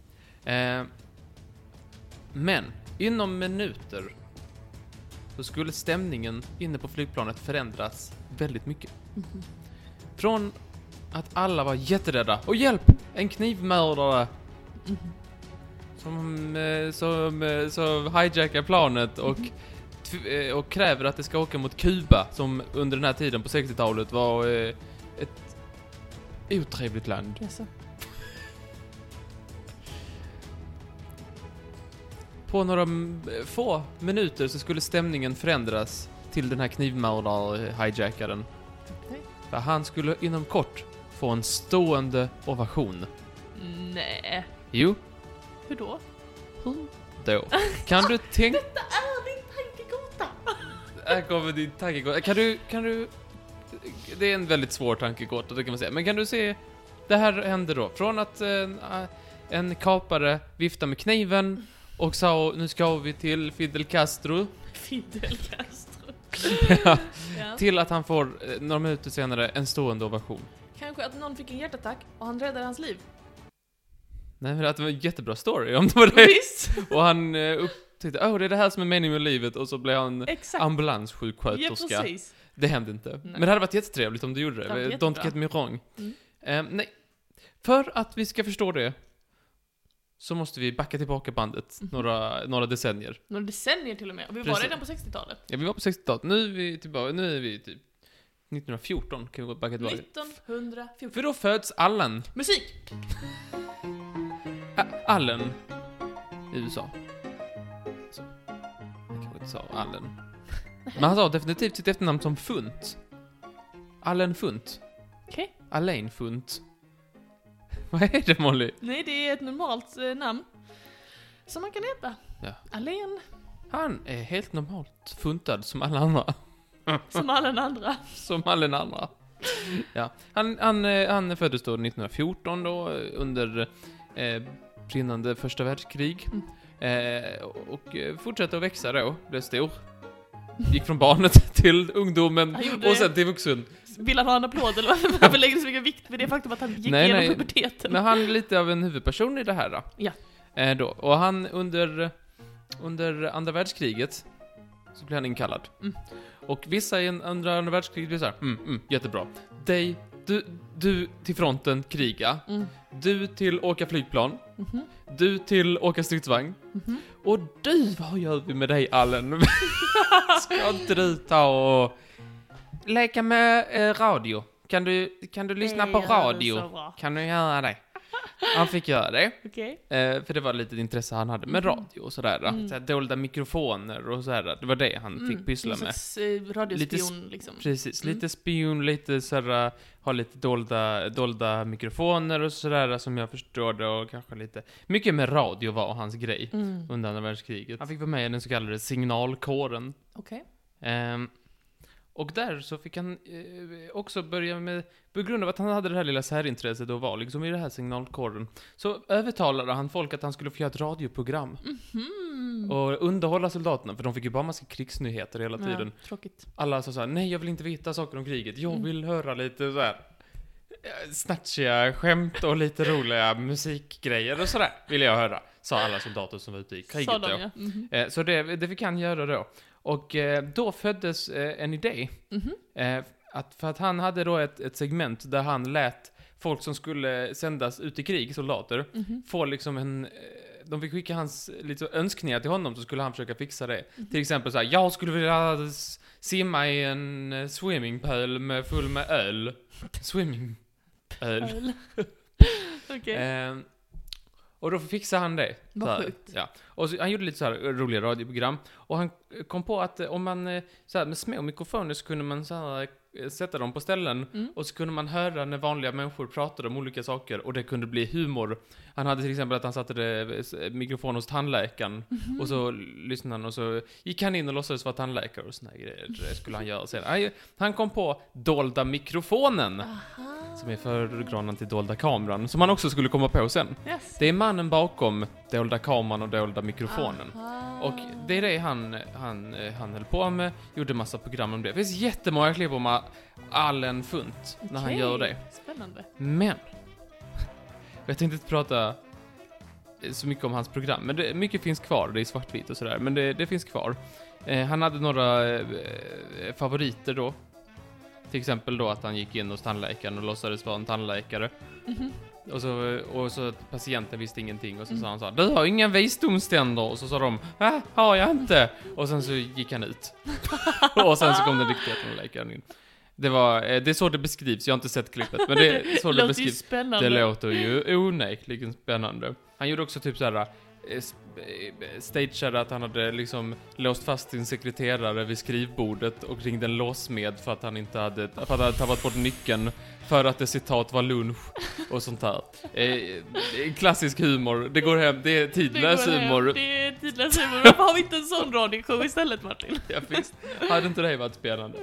S2: Men inom minuter så skulle stämningen inne på flygplanet förändras väldigt mycket. Från att alla var jätterädda. Och hjälp! En knivmördare! Som hijackar planet och kräver att det ska åka mot Kuba, som under den här tiden på 60-talet var ett otrevligt land.
S1: Yes.
S2: På några få minuter så skulle stämningen förändras till den här knivmördare-hijackaren.
S1: Okay.
S2: För han skulle inom kort få en stående ovation.
S1: Nej.
S2: Jo.
S1: Hur då?
S2: Då. Kan du tänka...
S1: Detta är din tankegåta.
S2: Här kommer din tankegåta. Kan du... Det är en väldigt svår tankegåta, det kan man säga. Men kan du se... Det här hände då. Från att en kapare viftade med kniven och sa, nu ska vi till Fidel Castro.
S1: Fidel Castro.
S2: Ja.
S1: Ja.
S2: Till att han får, några minuter senare, en stående ovation.
S1: Kanske att någon fick en hjärtattack och han räddade hans liv.
S2: Nej, men att det var en jättebra story om det var det.
S1: Visst.
S2: Och han upptäckte, det är det här som är meningen med livet. Och så blev han
S1: Exakt.
S2: ambulanssjuksköterska.
S1: Ja, precis.
S2: Det hände inte.
S1: Nej.
S2: Men det hade varit jättetrevligt om du gjorde
S1: Det hade
S2: det.
S1: varit
S2: Don't
S1: jättebra.
S2: get me wrong. Nej. För att vi ska förstå det så måste vi backa tillbaka bandet några decennier.
S1: Några decennier till och med. Och vi var
S2: Precis.
S1: redan på 60-talet.
S2: Ja, vi var på 60-talet. Nu är vi tillbaka. Nu är vi typ 1914 kan vi gå backa tillbaka.
S1: 1914.
S2: För då föds Allen.
S1: Musik!
S2: Allen i USA. Så. Jag kanske inte sa Allen. Men han sa definitivt sitt efternamn som Funt. Allen Funt.
S1: Okej.
S2: Alain Funt. Vad är det, Molly?
S1: Nej, det är ett normalt namn. Som man kan heta.
S2: Ja.
S1: Alain.
S2: Han är helt normalt funtad som alla andra.
S1: Som alla andra.
S2: Som alla andra. Ja. Han föddes då 1914 då under brinnande första världskrig. Och fortsatte att växa då. Blev stor. Gick från barnet till ungdomen och sen till vuxen.
S1: Vill han ha en applåd eller varför lägger du så mycket vikt vid det faktum att han gick igenom puberteten?
S2: Men han är lite av en huvudperson i det här då.
S1: Ja.
S2: Då. Och han under andra världskriget så blev han inkallad. Och vissa under andra världskriget blir så här, jättebra. Du till fronten kriga. Du till åka flygplan. Du till åka stridsvagn. Och du, vad gör vi med dig, Allen? Ska inte du ta och leka med radio? Kan du lyssna på radio? Kan du göra det? Han fick göra det.
S1: Okej.
S2: För det var lite intresse han hade med radio och sådär. Såhär, dolda mikrofoner och sådär. Det var det han fick pyssla med.
S1: Radiospion liksom.
S2: Precis, lite spion, lite sådär, ha lite dolda mikrofoner och sådär som jag förstår det, och kanske lite, mycket med radio var hans grej under andra världskriget. Han fick vara med i den så kallade signalkåren.
S1: Okej.
S2: Och där så fick han också börja med, på grund av att han hade det här lilla särintresset och var liksom i det här signalkåren, så övertalade han folk att han skulle få göra ett radioprogram. Och underhålla soldaterna, för de fick ju bara massa krigsnyheter hela tiden.
S1: Ja, tråkigt.
S2: Alla sa såhär, nej jag vill inte veta saker om kriget, jag vill höra lite såhär snatchiga skämt och lite roliga musikgrejer och sådär vill jag höra, sa alla soldater som var ute i kriget då. Ja. Så det fick han göra då. Och då föddes en idé. För att han hade då ett segment där han lät folk som skulle sändas ut i krig, soldater, få liksom de fick skicka hans lite önskningar till honom, så skulle han försöka fixa det. Till exempel så här, jag skulle vilja simma i en swimmingpool full med öl. Swimmingöl.
S1: Okej.
S2: Och då fixade han det.
S1: Vad sjukt.
S2: Ja. Och så, han gjorde lite så här roliga radioprogram. Och han kom på att om man så här, med små mikrofoner så kunde man så här, sätta dem på ställen. Och så kunde man höra när vanliga människor pratade om olika saker. Och det kunde bli humor. Han hade till exempel att han satte mikrofon hos tandläkaren. Och så lyssnade han och så gick han in och låtsades vara tandläkare och såna grejer. Det skulle han göra sen. Han kom på dolda mikrofonen.
S1: Aha.
S2: Som är förgranen till dolda kameran. Som han också skulle komma på sen.
S1: Yes.
S2: Det är mannen bakom dolda kameran och dolda mikrofonen.
S1: Aha.
S2: Och det är det han höll på med. Gjorde massa program om det. Det finns jättemånga klipp om Allen Funt när han gör det.
S1: Spännande.
S2: Men jag tänkte inte prata så mycket om hans program. Men mycket finns kvar. Det är svartvitt och sådär. Men det finns kvar. Han hade några favoriter då. Till exempel då att han gick in hos tandläkaren och låtsades vara en tandläkare. Och så patienten visste ingenting. Och så sa han så här, du har inga visdomständer. Och så sa de, har jag inte. Och sen så gick han ut. Och sen så kom den riktiga tandläkaren in. Det är så det beskrivs. Jag har inte sett klippet, men det är så det beskrivs.
S1: Spännande.
S2: Det låter ju onekligen spännande. Han gjorde också typ så här stageade att han hade liksom låst fast sin sekreterare vid skrivbordet och ringde en låsmed för att han hade tappat bort nyckeln för att det citat var lunch och sånt där. Klassisk humor. Det går hem. Det är tidlös humor.
S1: Det är tidlös humor. Varför har vi inte en sån radioshow istället, Martin?
S2: Ja, visst. Hade inte det varit spännande?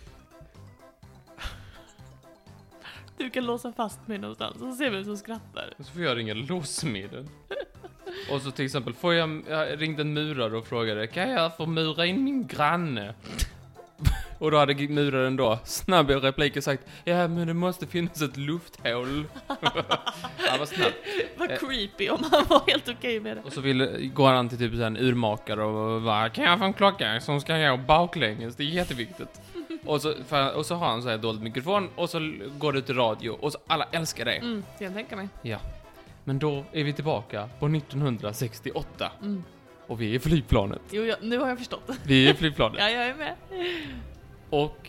S1: Du kan låsa fast mig någonstans och så ser vi vem som skrattar.
S2: Så får jag ringa låsmeden. Och så till exempel jag ringde en murare och frågade, kan jag få mura in min granne? Och då hade muraren då snabb i repliken sagt, ja men det måste finnas ett lufthål. Han var snabb.
S1: Vad creepy om han var helt okej med det.
S2: Och så går han till typ en urmakare och bara, kan jag få en klocka som ska gå baklänges? Det är jätteviktigt. Och så har han så här dold mikrofon och så går det ut i radio och så alla älskar det.
S1: Jag tänker mig.
S2: Ja. Men då är vi tillbaka på 1968.
S1: Mm.
S2: Och vi är i flygplanet.
S1: Jo, nu har jag förstått.
S2: Vi är i flygplanet.
S1: Ja, jag är med.
S2: Och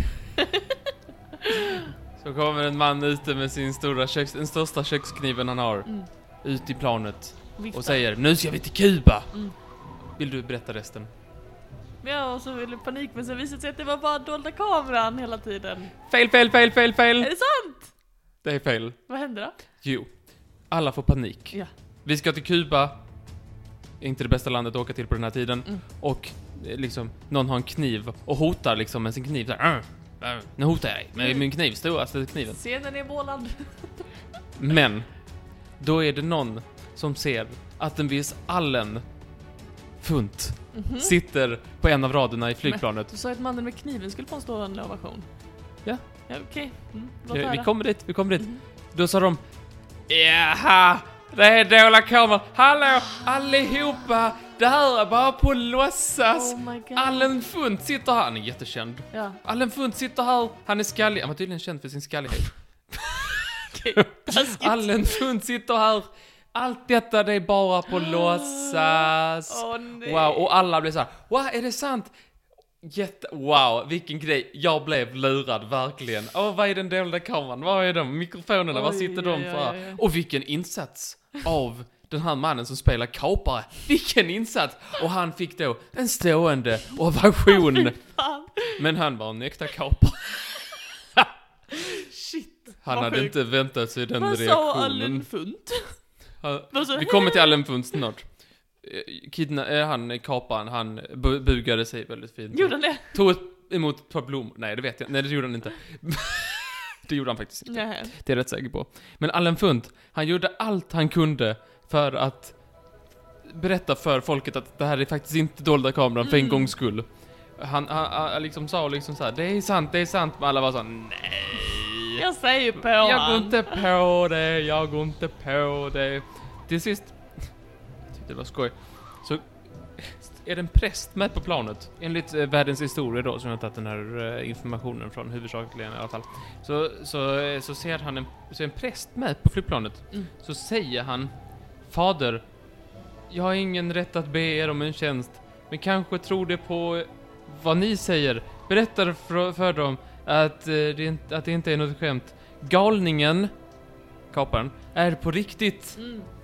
S2: så kommer en man ute med den största kökskniven han har. Ut i planet.
S1: Vifta.
S2: Och säger, nu ska vi till Kuba. Vill du berätta resten?
S1: Ja, och så ville det panik, men sen visade det sig att det var bara dolda kameran hela tiden.
S2: Fel.
S1: Är det sant?
S2: Det är fel.
S1: Vad hände då?
S2: Jo, alla får panik.
S1: Ja.
S2: Vi ska till Kuba. Inte det bästa landet att åka till på den här tiden. Och liksom, någon har en kniv och hotar liksom med sin kniv. Så här, nu hotar jag dig med min kniv, storaste kniven.
S1: Scenen är målad.
S2: Men då är det någon som ser att en viss Allen Funt sitter på en av raderna i flygplanet.
S1: Du sa att mannen med kniven skulle få en stående ovation.
S2: Ja.
S1: Okej.
S2: Vi kommer dit. Då sa de, jaha, det är dåliga kameror. Hallå, allihopa. Det här är bara på låtsas.
S1: Oh my God.
S2: Allen Funt sitter här. Han är jättekänd.
S1: Ja.
S2: Allen Funt sitter här. Han är skallig. Han var tydligen känd för sin skallighet. Allen Funt sitter här. Allt detta, det är bara på låtsas.
S1: Nej.
S2: Wow, och alla blev så här, wow, är det sant? Wow, vilken grej. Jag blev lurad, verkligen. Vad är den dolda kameran? Vad är de mikrofonerna? Vad sitter de för?
S1: Ja.
S2: Och vilken insats av den här mannen som spelar kapare. Vilken insats! Och han fick då en stående ovation. Men han var en äkta kapare.
S1: Shit.
S2: Han hade inte väntat sig den
S1: Vad
S2: reaktionen.
S1: sa Allen Funt?
S2: Vi kommer till Allen Funt snart. Han kaparen, han bugade sig väldigt fint.
S1: Gjorde han det?
S2: Tog emot ett par blommor. Nej, det vet jag. Nej, det gjorde han inte. Det gjorde han faktiskt inte.
S1: Nej.
S2: Det är jag rätt säker på. Men Allen Funt, han gjorde allt han kunde för att berätta för folket att det här är faktiskt inte dolda kameran för en gångs skull. Han liksom sa liksom så här, det är sant. Men alla var så, nej.
S1: Jag säger på
S2: Jag går inte på det. Till sist, det var skoj. Så är det en präst med på planet. Enligt världens historia då, som jag har tagit den här informationen från huvudsakligen i alla fall. Så ser han en präst med på flygplanet. Så säger han, fader, jag har ingen rätt att be er om en tjänst, men kanske tror det på vad ni säger. Berättar för dem att det inte är något skämt. Galningen, kaparen, är på riktigt.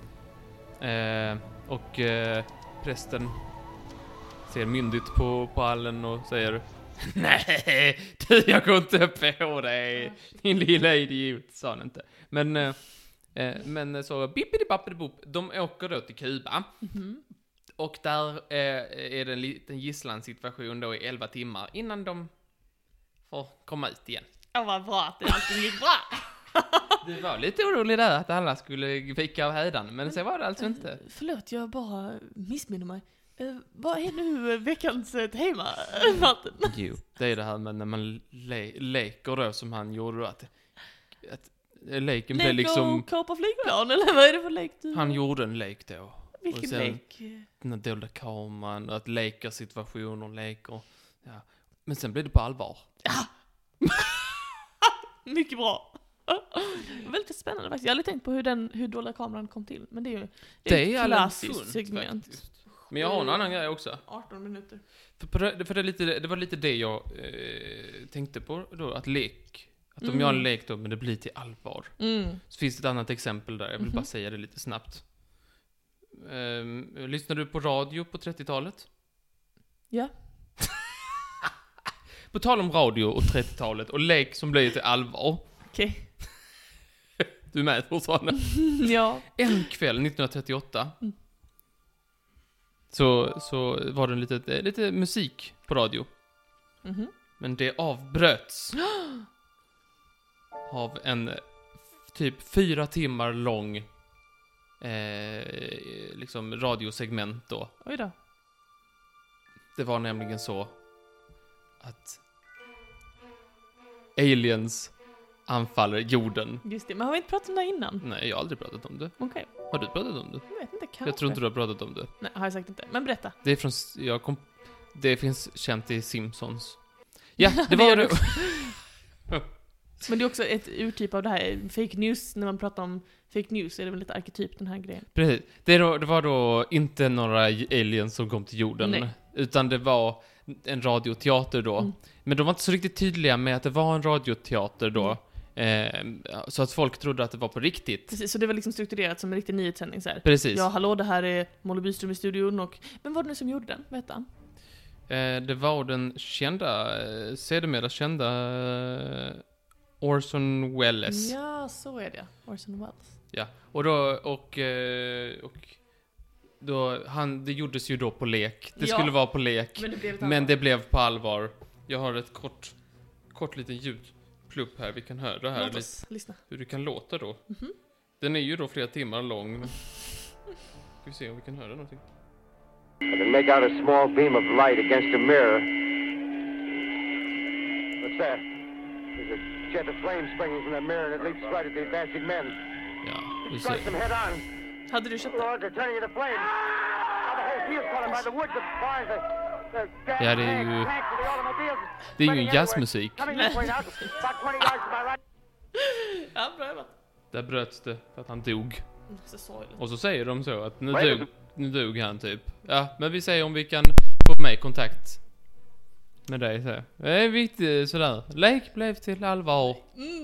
S2: Och prästen ser myndigt på Allen och säger, nej, jag går inte på dig, din lilla idiot, sa han inte. Men så bippidi-bappidi-boop, de åker då till Kuba. Och där är det en liten gisslansituation då i 11 timmar innan de får komma ut igen.
S1: Vad bra att det alltid gick bra.
S2: Det var lite orolig där att alla skulle vika av hädan, men så var det alltså inte.
S1: Förlåt, jag bara missminner mig. Vad är nu veckans tema, Martin?
S2: Jo, det är det här med när man leker då, som han gjorde, att leken blev liksom...
S1: Kapa flygplan, eller vad är det för lek du?
S2: Han gjorde en lek då.
S1: Vilken
S2: och sen
S1: lek?
S2: Den här dolda kameran, att leka situationer, leker. Ja. Men sen blev det på allvar.
S1: Ja. Mycket bra. Väldigt spännande faktiskt. Jag hade tänkt på hur dolda kameran kom till. Men det är ju ett klassiskt segment. Faktiskt.
S2: Men jag har en annan grej också.
S1: 18 minuter.
S2: För det var lite det jag tänkte på då, att lek. Att om jag har en lek då, men det blir till allvar. Så finns det ett annat exempel där. Jag vill bara säga det lite snabbt. Lyssnar du på radio på 30-talet?
S1: Ja.
S2: På tal om radio och 30-talet och lek som blev till allvar.
S1: Okej.
S2: Du är med fortfarande?
S1: Ja.
S2: En kväll 1938 så var det lite musik på radio. Men det avbröts av en typ 4 timmar lång liksom radiosegment då.
S1: Oj då.
S2: Det var nämligen så att aliens anfaller jorden.
S1: Just det, men har vi inte pratat om det innan?
S2: Nej, jag har aldrig pratat om det.
S1: Okej.
S2: Har du pratat om det?
S1: Jag vet inte, kanske.
S2: Jag tror inte du har pratat om det.
S1: Nej, har jag sagt inte. Men berätta.
S2: Det är från, det finns känt i Simpsons. Ja, det var det.
S1: Men det är också ett urtyp av det här fake news. När man pratar om fake news är det väl lite arketyp, den här grejen.
S2: Precis. Det var då inte några aliens som kom till jorden.
S1: Nej.
S2: Utan det var en radioteater då. Men de var inte så riktigt tydliga med att det var en radioteater då. Så att folk trodde att det var på riktigt.
S1: Precis, så det var liksom strukturerat som en riktig nyhetssändning så här.
S2: Precis.
S1: Ja, hallå, det här är Molly Byström i studion och... Vem var det nu som gjorde den? Vet han?
S2: Det var den sedermera kända Orson Welles.
S1: Ja, så är det. Orson Welles.
S2: Ja, det gjordes ju då på lek. Det skulle vara på lek, men det blev på allvar. Jag har ett kort liten ljudplupp här, vi kan höra här lite
S1: lyssna.
S2: Hur det kan låta då. Den är ju då flera timmar lång. Ska vi se om vi kan höra någonting.
S3: I can make out a small beam of light against a mirror. What's that? There's a jet of flame springing from the mirror and it leaps right at the advancing men.
S2: Ja, du
S3: Strikes
S2: ser.
S3: them head on.
S1: Hade du köpt den?
S3: Lord, they're turning into flame. Now the whole field's caught by the woods, the fires, the gas
S2: Ja, det är ju...
S3: tanks of the automobiles.
S2: Det är ju jazzmusik.
S3: Coming this way now, about 20 yards to my right.
S1: Ja, bra jobbat.
S2: Där bröts det för att han dog.
S1: Så sorgligt.
S2: Och så säger de så att nu dog han typ. Ja, men vi säger om vi kan få med kontakt med dig så. Det är viktigt sådär. Lek blev till allvar.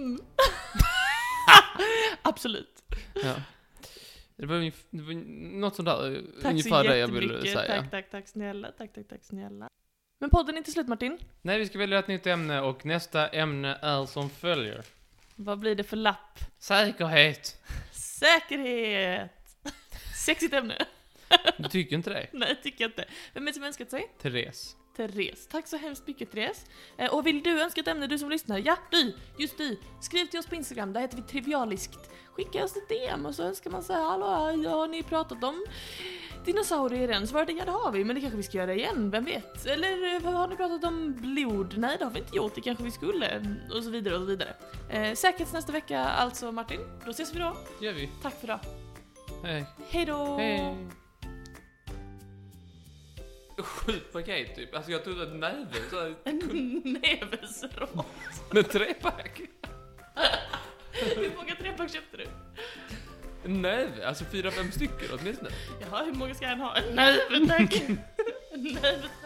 S1: Absolut.
S2: Ja. Det var något sånt där.
S1: Tack
S2: ungefär
S1: så
S2: det jag ville
S1: jättemycket.
S2: säga.
S1: Tack snälla. Tack snälla. Men podden är inte slut, Martin.
S2: Nej, vi ska välja ett nytt ämne och nästa ämne är som följer.
S1: Vad blir det för lapp?
S2: Säkerhet.
S1: Säkerhet! Sexigt ämne.
S2: Du tycker inte det?
S1: Nej, tycker jag inte. Vem är det som önskat sig?
S2: Therese.
S1: Therese. Tack så hemskt mycket, Therese. Och vill du önska ett ämne, du som lyssnar? Ja, just du. Skriv till oss på Instagram, där heter vi Trivialiskt. Skicka oss ett DM och så önskar man säga: hallå, har ni pratat om dinosaurier än? Svaret är ja, det har vi, men det kanske vi ska göra igen, vem vet? Eller har ni pratat om blod? Nej, det har vi inte gjort, det kanske vi skulle. Och så vidare och så vidare. Säkert nästa vecka, alltså Martin. Då ses vi då.
S2: Gör vi.
S1: Tack för idag.
S2: Hej.
S1: Hej då.
S2: Hej. 7 paket typ. Alltså jag trodde att näven så här,
S1: En nävesråd.
S2: med 3-pack.
S1: Hur många 3-pack köpte du?
S2: En näve, alltså 4-5 stycken åtminstone.
S1: Jaha, hur många ska han ha? En näve, tack. En näve,